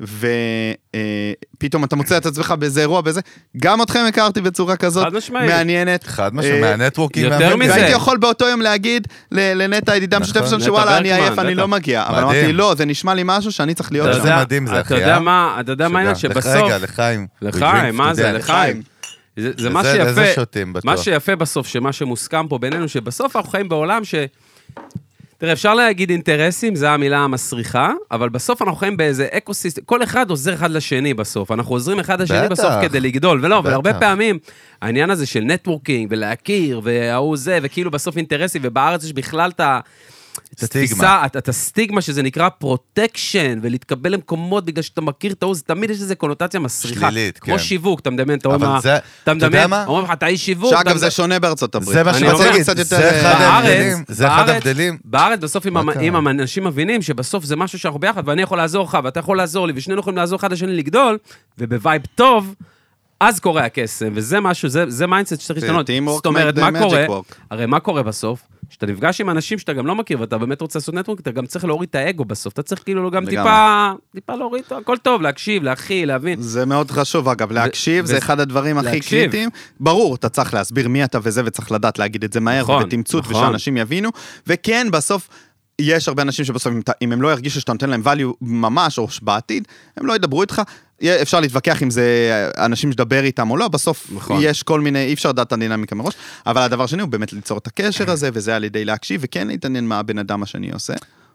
ופתאום אתה מוצא את עצמך באיזה אירוע, באיזה, גם אתכם הכרתי בצורה כזאת, מעניינת. חד משמעית, מהנטוורקים, יותר מזה. והייתי יכול באותו יום להגיד, לנטע הידידה משותפת שלנו, שוואלה, אני עייף, אני לא מגיע. אבל אמרתי, לא, זה נשמע לי משהו שאני צריך להיות שם. זה מדהים זה, אחי. אתה יודע מה, אתה יודע מה העניין שבסוף... רגע, לחיים. לחיים, מה זה, לחיים. זה, זה מה שיפה, שותים, מה שיפה בסוף, שמה שמוסכם פה בינינו, שבסוף אנחנו חיים בעולם ש... תראה, אפשר להגיד אינטרסים, זו המילה המסריחה, אבל בסוף אנחנו חיים באיזה אקוסיסטם, כל אחד עוזר אחד לשני בסוף, אנחנו עוזרים אחד לשני בסוף כדי לגדול, ולא, אבל הרבה פעמים, העניין הזה של נטוורקינג, ולהכיר, והוא זה, וכאילו בסוף אינטרסים, ובארץ יש בכלל את ה... את התפיסה, את הסטיגמה שזה נקרא פרוטקשן, ולהתקבל למקומות בגלל שאתה מכיר את האוז, תמיד יש איזו קונוטציה מסריחה. שלילית, כמו כן. שיווק, אתה מדמיין, אתה אומר, זה, אתה מדמיין, מה? אומרים לך, אתה איש שיווק. שאגב, זה שונה בארצות הברית. זה מה שאני רוצה להגיד, זה אחד ההבדלים. זה אחד ההבדלים. בארץ, בסוף, אם אנשים מבינים שבסוף זה משהו שאנחנו ביחד, ואני יכול לעזור לך, ואתה יכול לעזור לי, ושנינו יכולים לעזור אחד לשני לגדול, ובווייב טוב, אז קורה הקסם, וזה משהו, זה, זה מיינדסט שצריך להשתנות. זאת אומרת, מה קורה? הרי מה קורה בסוף? שאתה נפגש עם אנשים שאתה גם לא מכיר, ואתה באמת רוצה לעשות נטוורק, אתה גם צריך להוריד את האגו בסוף, אתה צריך כאילו גם טיפה, טיפה להוריד, הכל טוב, להקשיב, להכיל, להבין. זה מאוד חשוב, אגב, להקשיב זה אחד הדברים הכי קריטיים. ברור, אתה צריך להסביר מי אתה וזה, וצריך לדעת להגיד את זה מהר, ובתמצות, ושאנשים יבינו, וכן, בסוף, יש הרבה אנשים שבסוף, אם הם לא ירגישו שאתה נותן להם value ממש, או בעתיד, הם לא ידברו איתך, אפשר להתווכח אם זה אנשים שדבר איתם או לא, בסוף נכון. יש כל מיני, אי אפשר לדעת את הדינמיקה מראש, אבל הדבר שני הוא באמת ליצור את הקשר הזה, וזה על ידי להקשיב, וכן להתעניין מה הבן אדם השני עושה.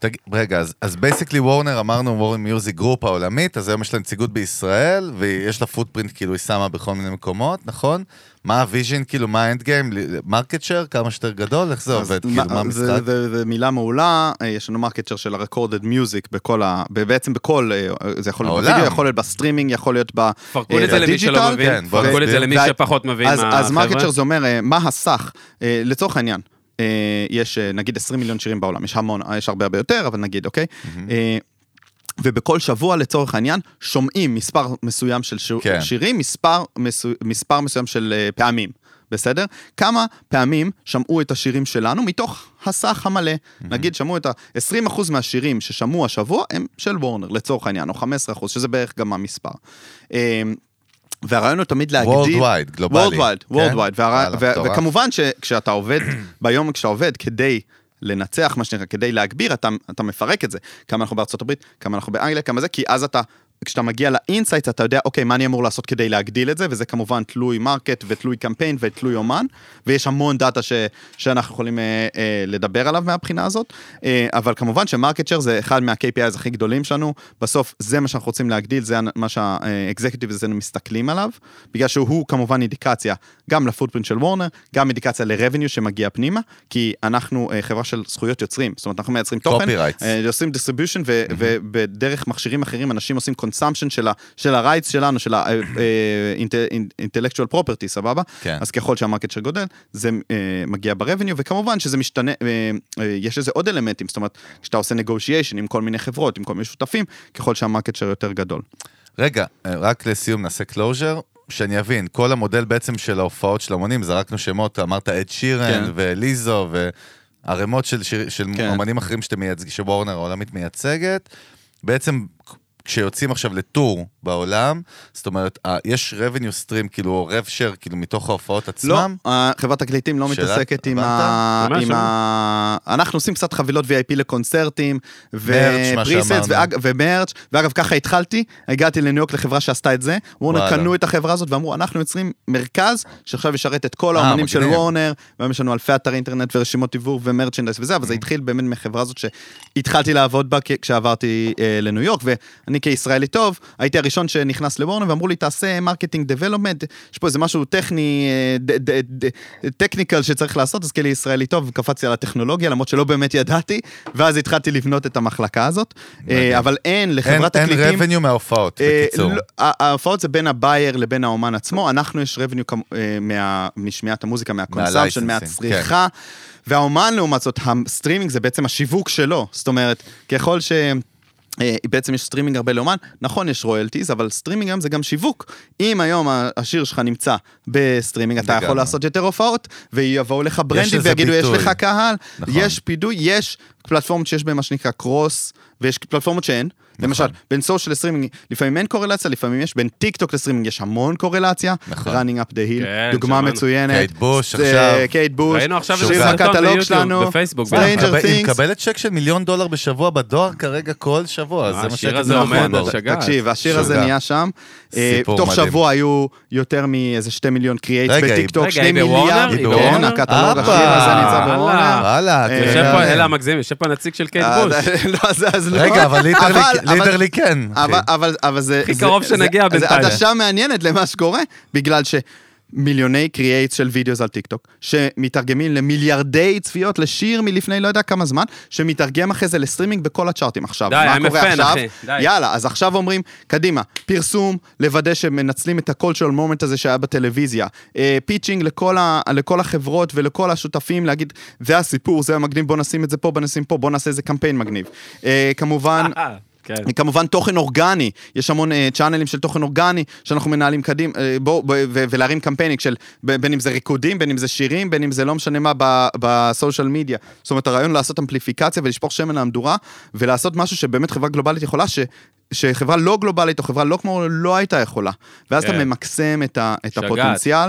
רגע, אז בייסיקלי וורנר, אמרנו וורנר מיוזיק גרופ העולמית, אז היום יש לה נציגות בישראל, ויש לה פוטפרינט, כאילו היא שמה בכל מיני מקומות, נכון? מה הוויז'ן, כאילו, מה האנד גיים, מרקט שייר, כמה שיותר גדול, איך זה עובד, כאילו, מה המשחק? זה מילה מעולה, יש לנו מרקט שייר של הרקורדד מיוזיק, בעצם בכל, זה יכול להיות בווידאו, יכול להיות בסטרימינג, יכול להיות בדיג'יטל. פרקו את זה למי שלא מבין, פרקו את זה למי שפחות מבין מהחבר'ה. אז מרקט שייר זה אומר, מה הסך, לצורך העניין, יש נגיד עשרים מיליון שירים בעולם, יש המון, יש הרבה הרבה יותר, אבל נגיד, אוקיי? ובכל שבוע לצורך העניין, שומעים מספר מסוים של שירים, מספר מסוים של פעמים, בסדר? כמה פעמים שמעו את השירים שלנו מתוך הסך המלא. נגיד, שמעו את ה-עשרים אחוז מהשירים ששמעו השבוע, הם של וורנר, לצורך העניין, או חמישה עשר אחוז, שזה בערך גם המספר. והרעיון הוא תמיד להגדיל... Worldwide, גלובלי. Worldwide, Worldwide. וכמובן שכשאתה עובד, ביום כשאתה עובד כדי לנצח, מה שנראה, כדי להגביר, אתה מפרק את זה. כמה אנחנו בארצות הברית, כמה אנחנו באנגליה, כמה זה, כי אז אתה... כשאתה מגיע לאינסייטס, אתה יודע, אוקיי, מה אני אמור לעשות כדי להגדיל את זה, וזה כמובן תלוי מרקט ותלוי קמפיין ותלוי אומן, ויש המון דאטה ש, שאנחנו יכולים אה, אה, לדבר עליו מהבחינה הזאת, אה, אבל כמובן שמרקט שייר זה אחד מה-קיי פי איז הכי גדולים שלנו, בסוף זה מה שאנחנו רוצים להגדיל, זה מה שהאקזקטיב הזה מסתכלים עליו, בגלל שהוא כמובן אינדיקציה גם לפוטפרינט של וורנר, גם אינדיקציה לרבניו שמגיע פנימה, כי אנחנו אה, חברה של זכויות יוצרים, זאת אומרת, אנחנו מייצרים תוכן, אה, עושים distribution, ו- mm-hmm. ובדרך מכשירים אחרים, אנשים עושים consumption של הרייטס שלנו, של ה-intellectual property, סבבה? אז ככל שהמרקט שייר גודל, זה מגיע ברבניו, וכמובן שזה משתנה, יש איזה עוד אלמנטים, זאת אומרת, כשאתה עושה negotiation עם כל מיני חברות, עם כל מיני שותפים, ככל שהמרקט שייר יותר גדול. רגע, רק לסיום נעשה closure, שאני אבין, כל המודל בעצם של ההופעות של המונים, זרקנו שמות, אמרת אד שירן וליזו, והרמות של אומנים אחרים שוורנר העולמית מייצגת, בעצם כשיוצאים עכשיו לטור בעולם, זאת אומרת, יש revenue stream, כאילו, או rev share, כאילו, מתוך ההופעות עצמם? לא, חברת תקליטים לא מתעסקת עם ה... אנחנו עושים קצת חבילות וי איי פי לקונצרטים, ופריסטס, ומרץ', ואגב, ככה התחלתי, הגעתי לניו יורק לחברה שעשתה את זה, וורנר קנו את החברה הזאת, ואמרו, אנחנו יוצרים מרכז, שעכשיו ישרת את כל האומנים של וורנר, והיום יש לנו אלפי אתרי אינטרנט ורשימות דיוור ומרצ'נדייז וזה, אבל זה התחיל באמת מחברה הזאת שהתחלתי לעבוד בה כשעברתי לניו יורק, ואני כישראלי טוב, הייתי הראשון שנכנס לוורנר, ואמרו לי, תעשה מרקטינג דבלופמנט, יש פה איזה משהו טכני, טכניקל שצריך לעשות, אז כאלי ישראלי טוב, קפצתי על הטכנולוגיה, למרות שלא באמת ידעתי, ואז התחלתי לבנות את המחלקה הזאת, אבל אין לחברת תקליטים... אין רבניו מההופעות, בקיצור. ההופעות זה בין הבייר לבין האומן עצמו, אנחנו יש רבניו משמיעת המוזיקה, מהקונסמפשן, מהצריכה, והאומן לעומת זאת, הסטרימינג זה בעצם השיווק שלו, זאת אומרת, ככל ש... בעצם יש סטרימינג הרבה לאומן, נכון יש רויאלטיז, אבל סטרימינג היום זה גם שיווק. אם היום השיר שלך נמצא בסטרימינג, אתה יכול לעשות יותר הופעות, ויבואו לך ברנדים ויגידו, יש לך קהל, יש פידוי, יש פלטפורמות שיש בהן מה שנקרא קרוס, ויש פלטפורמות שאין. למשל, בין סושיאל לסטרימינג, לפעמים אין קורלציה, לפעמים יש, בין טיק טוק לסטרימינג יש המון קורלציה, running up the hill, דוגמה מצוינת. קייט בוש עכשיו. קייט בוש. ראינו עכשיו שיר הקטלוג שלנו. בפייסבוק. היא מקבלת צ'ק של מיליון דולר בשבוע בדואר כרגע כל שבוע. השיר הזה עומד על שגה. תקשיב, השיר הזה נהיה שם. תוך שבוע היו יותר מאיזה שתי מיליון קריאייטס בטיק טוק, שני מיליארד. כן, הקטלוג, השיר הזה נמצא בוורנר. אלה המגזים, יש פה נציג של קייט בוש. רגע, אבל ליטרלי כן. אבל זה... הכי קרוב שנגיע בינתיים. עדשה מעניינת למה שקורה, בגלל שמיליוני קריאייטס של וידאוס על טיק טוק, שמתרגמים למיליארדי צפיות לשיר מלפני לא יודע כמה זמן, שמתרגם אחרי זה לסטרימינג בכל הצ'ארטים. עכשיו, מה קורה עכשיו? יאללה, אז עכשיו אומרים, קדימה, פרסום, לוודא שמנצלים את ה-cultural moment הזה שהיה בטלוויזיה, פיצ'ינג לכל החברות ולכל השותפים, להגיד, זה הסיפור, זה המגניב, בוא נשים את זה פה, בוא נשים פה, בוא נעשה איזה קמפיין מגניב. כמובן... כן. כמובן תוכן אורגני, יש המון uh, צ'אנלים של תוכן אורגני שאנחנו מנהלים קדים, uh, בוא, ב- ו- ולהרים קמפיינינג של ב- בין אם זה ריקודים, בין אם זה שירים, בין אם זה לא משנה מה בסושיאל מדיה. זאת אומרת, הרעיון לעשות אמפליפיקציה ולשפוך שמן למדורה, ולעשות משהו שבאמת חברה גלובלית יכולה, ש- שחברה לא גלובלית או חברה לא כמו לא הייתה יכולה. ואז כן. אתה ממקסם את, ה- את הפוטנציאל.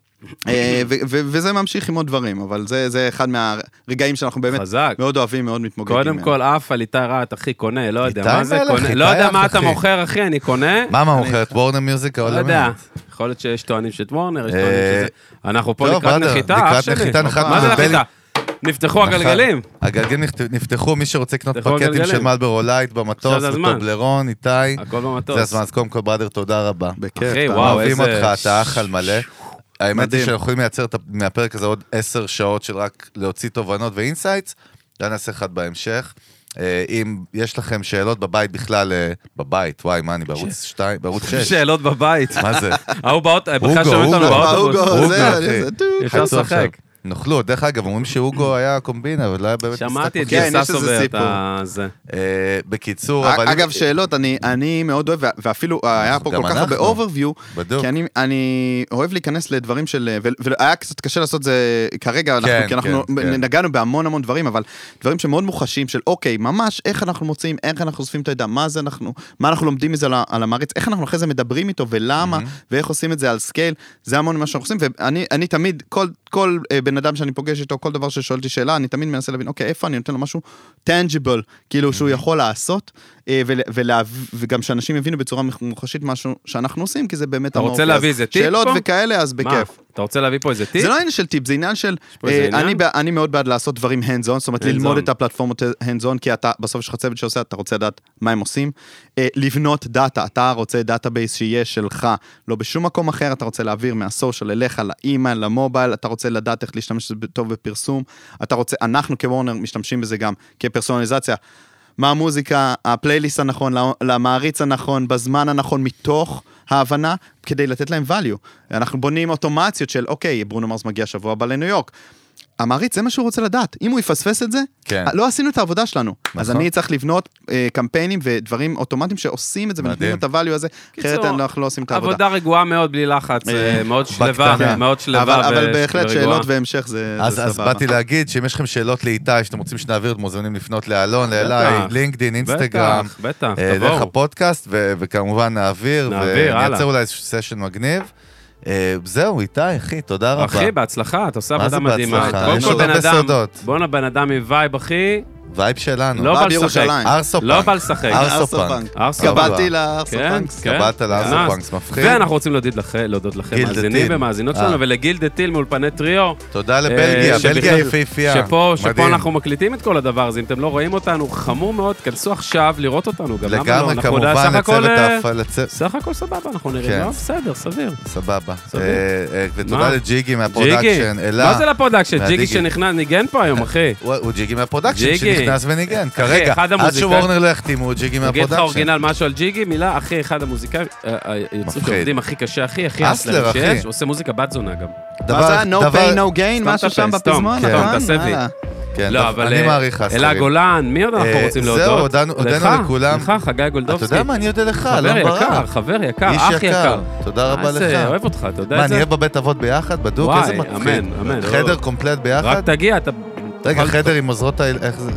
וזה ממשיך עם עוד דברים, אבל זה אחד מהרגעים שאנחנו באמת מאוד אוהבים, מאוד מתמוגגים. קודם כל, אף על איתי רעת, אחי, קונה, לא יודע מה זה, קונה, לא יודע מה אתה מוכר, אחי, אני קונה. מה מה מוכר? את וורנר מיוזיק העולמית? לא יודע, יכול להיות שיש טוענים שאת וורנר, יש טוענים שזה... אנחנו פה לקראת נחיתה, אח שלי. מה זה נחיתה? נפתחו הגלגלים. הגלגלים נפתחו, מי שרוצה לקנות פקטים של מלבורו לייט במטוס, בטובלרון, איתי. הכל במטוס. זה הזמן, אז קודם כל בראדר, תודה רבה. בכיף. אוהבים אותך, אתה אח על מלא. האמת היא שאנחנו יכולים לייצר מהפרק הזה עוד עשר שעות של רק להוציא תובנות ואינסייטס, לא נעשה אחד בהמשך. אם יש לכם שאלות בבית בכלל, בבית, וואי, מה אני, בערוץ שתיים, בערוץ שש. שאלות בבית. מה זה? ההוא באות, בכלל שומעים אותנו באוטובוס. אוגו, זה, אפשר לשחק. נוכלו, דרך אגב, אומרים שאוגו היה קומבינה, אבל לא היה באמת... שמעתי את כן, יש גרססו איזה סיפור. זה. בקיצור, אבל... אגב, שאלות, אני מאוד אוהב, ואפילו היה פה כל כך הרבה אוברוויו, כי אני אוהב להיכנס לדברים של... והיה קצת קשה לעשות זה כרגע, כי אנחנו נגענו בהמון המון דברים, אבל דברים שמאוד מוחשים של, אוקיי, ממש איך אנחנו מוצאים, איך אנחנו אוספים את הידע, מה זה אנחנו, מה אנחנו לומדים מזה על המעריץ, איך אנחנו אחרי זה מדברים איתו, ולמה, ואיך עושים את זה על סקייל, זה המון מה שאנחנו עושים, ואני תמיד, כל בן אדם שאני פוגש איתו, כל דבר ששואלתי שאלה, אני תמיד מנסה להבין, אוקיי, איפה אני נותן לו משהו tangible, כאילו שהוא יכול לעשות, וגם שאנשים יבינו בצורה מוחשית משהו שאנחנו עושים, כי זה באמת... אתה רוצה להביא איזה טיפ פה? שאלות וכאלה, אז בכיף. אתה רוצה להביא פה איזה טיפ? זה לא עניין של טיפ, זה עניין של... אני מאוד בעד לעשות דברים hands on, זאת אומרת, ללמוד את הפלטפורמות hands on, כי אתה, בסוף יש לך צוות שעושה, אתה רוצה לדעת מה הם עושים. לבנות דאטה, אתה רוצה דאטאבייס שיהיה שלך, לא בשום מקום אחר, אתה רוצה להעביר מהסושיאל אליך, לאימייל, למובייל, אתה רוצה לדעת איך להשתמש טוב בפרסום, אתה רוצה, אנחנו כוורנר משתמשים בזה גם כפרסונליזציה, מה המוזיקה, הפלייליסט הנכון, למעריץ הנכון, בזמן הנכון, מתוך ההבנה, כדי לתת להם value. אנחנו בונים אוטומציות של, אוקיי, ברונו מרס מגיע שבוע הבא לניו יורק. המעריץ, זה מה שהוא רוצה לדעת. אם הוא יפספס את זה, כן. לא עשינו את העבודה שלנו. נכון. אז אני צריך לבנות אה, קמפיינים ודברים אוטומטיים שעושים את זה, ונותנים את הvalue הזה, אחרת אנחנו לא עושים את העבודה. עבודה רגועה מאוד בלי לחץ, אה, מאוד שלווה, כן. מאוד שלווה אבל, אבל בהחלט שאלות והמשך זה, אז, זה אז סבבה. אז באתי להגיד שאם יש לכם שאלות לאיתי, שאתם רוצים שנעביר, אתם מוזמנים לפנות לאלון, לאליי, לינקדין, אינסטגרם, בטח, בטח, אה, דרך הפודקאסט, ו- וכמובן נעביר, נעביר, ונייצר אולי איזשהו סשן מגניב. זהו, איתי, אחי, תודה רבה. אחי, בהצלחה, אתה עושה עבודה מדהימה. יש עוד הרבה סודות. בואנה, בן אדם עם וייב, אחי. וייב שלנו. לא בא לשחק. ארסופאנק. לא בא לשחק. ארסופאנק. קבלתי לארסופאנקס. קבלת לארסופאנקס, מפחיד. ואנחנו רוצים להודות לכם, מאזינים ומאזינות שלנו, ולגיל דתיל מאולפני טריו. תודה לבלגיה, בלגיה יפהפייה. שפה אנחנו מקליטים את כל הדבר הזה, אם אתם לא רואים אותנו, חמור מאוד, כנסו עכשיו לראות אותנו. לגמרי, כמובן, לצוות ההפעלה. סך הכל סבבה, אנחנו נראים, לא? בסדר, סביר. סבבה. ותודה לג'יגי מהפרודקשן, אלה. מה זה לפרודקשן? ג'יגי שנכנס, ניגן פה היום, אחי. הוא ג'יגי מהפרודקשן שנכנס וניגן. כרגע, עד שוורנר לא יחתימו, ג'יגי מהפרודקשן. נגיד לך אורגינל משהו על ג'יגי, מילה, אחי, אחד המוזיקאים, היוצרים שעובדים הכי קשה, הכי, הכי אסלר שיש, עושה מוזיקה בת זונה גם. מה זה? No pain, no gain? משהו שם בפזמון, נכון? לא, אבל אלה גולן, מי עוד אנחנו רוצים להודות? זהו, הודענו לכולם. לך, חגי גולדובסקי. אתה יודע מה, אני יודע לך, לא ברק. חבר יקר, אח יקר. תודה רבה לך. אני אוהב אותך, אתה יודע מה, את זה? נהיה בבית אבות ביחד, בדוק, איזה מפחיד. אמן, אמן. חדר קומפלט ביחד? רק תגיע, אתה... רגע, חדר עם עוזרות האלה, איך זה?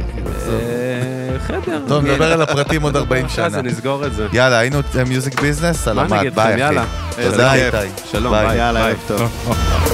חדר. טוב, נדבר על הפרטים עוד ארבעים שנה. אז נסגור את זה. יאללה, היינו מיוזיק ביזנס, סלמת, ביי אחי. יאללה. תודה איתי. שלום, ביי. יאללה, ערב טוב.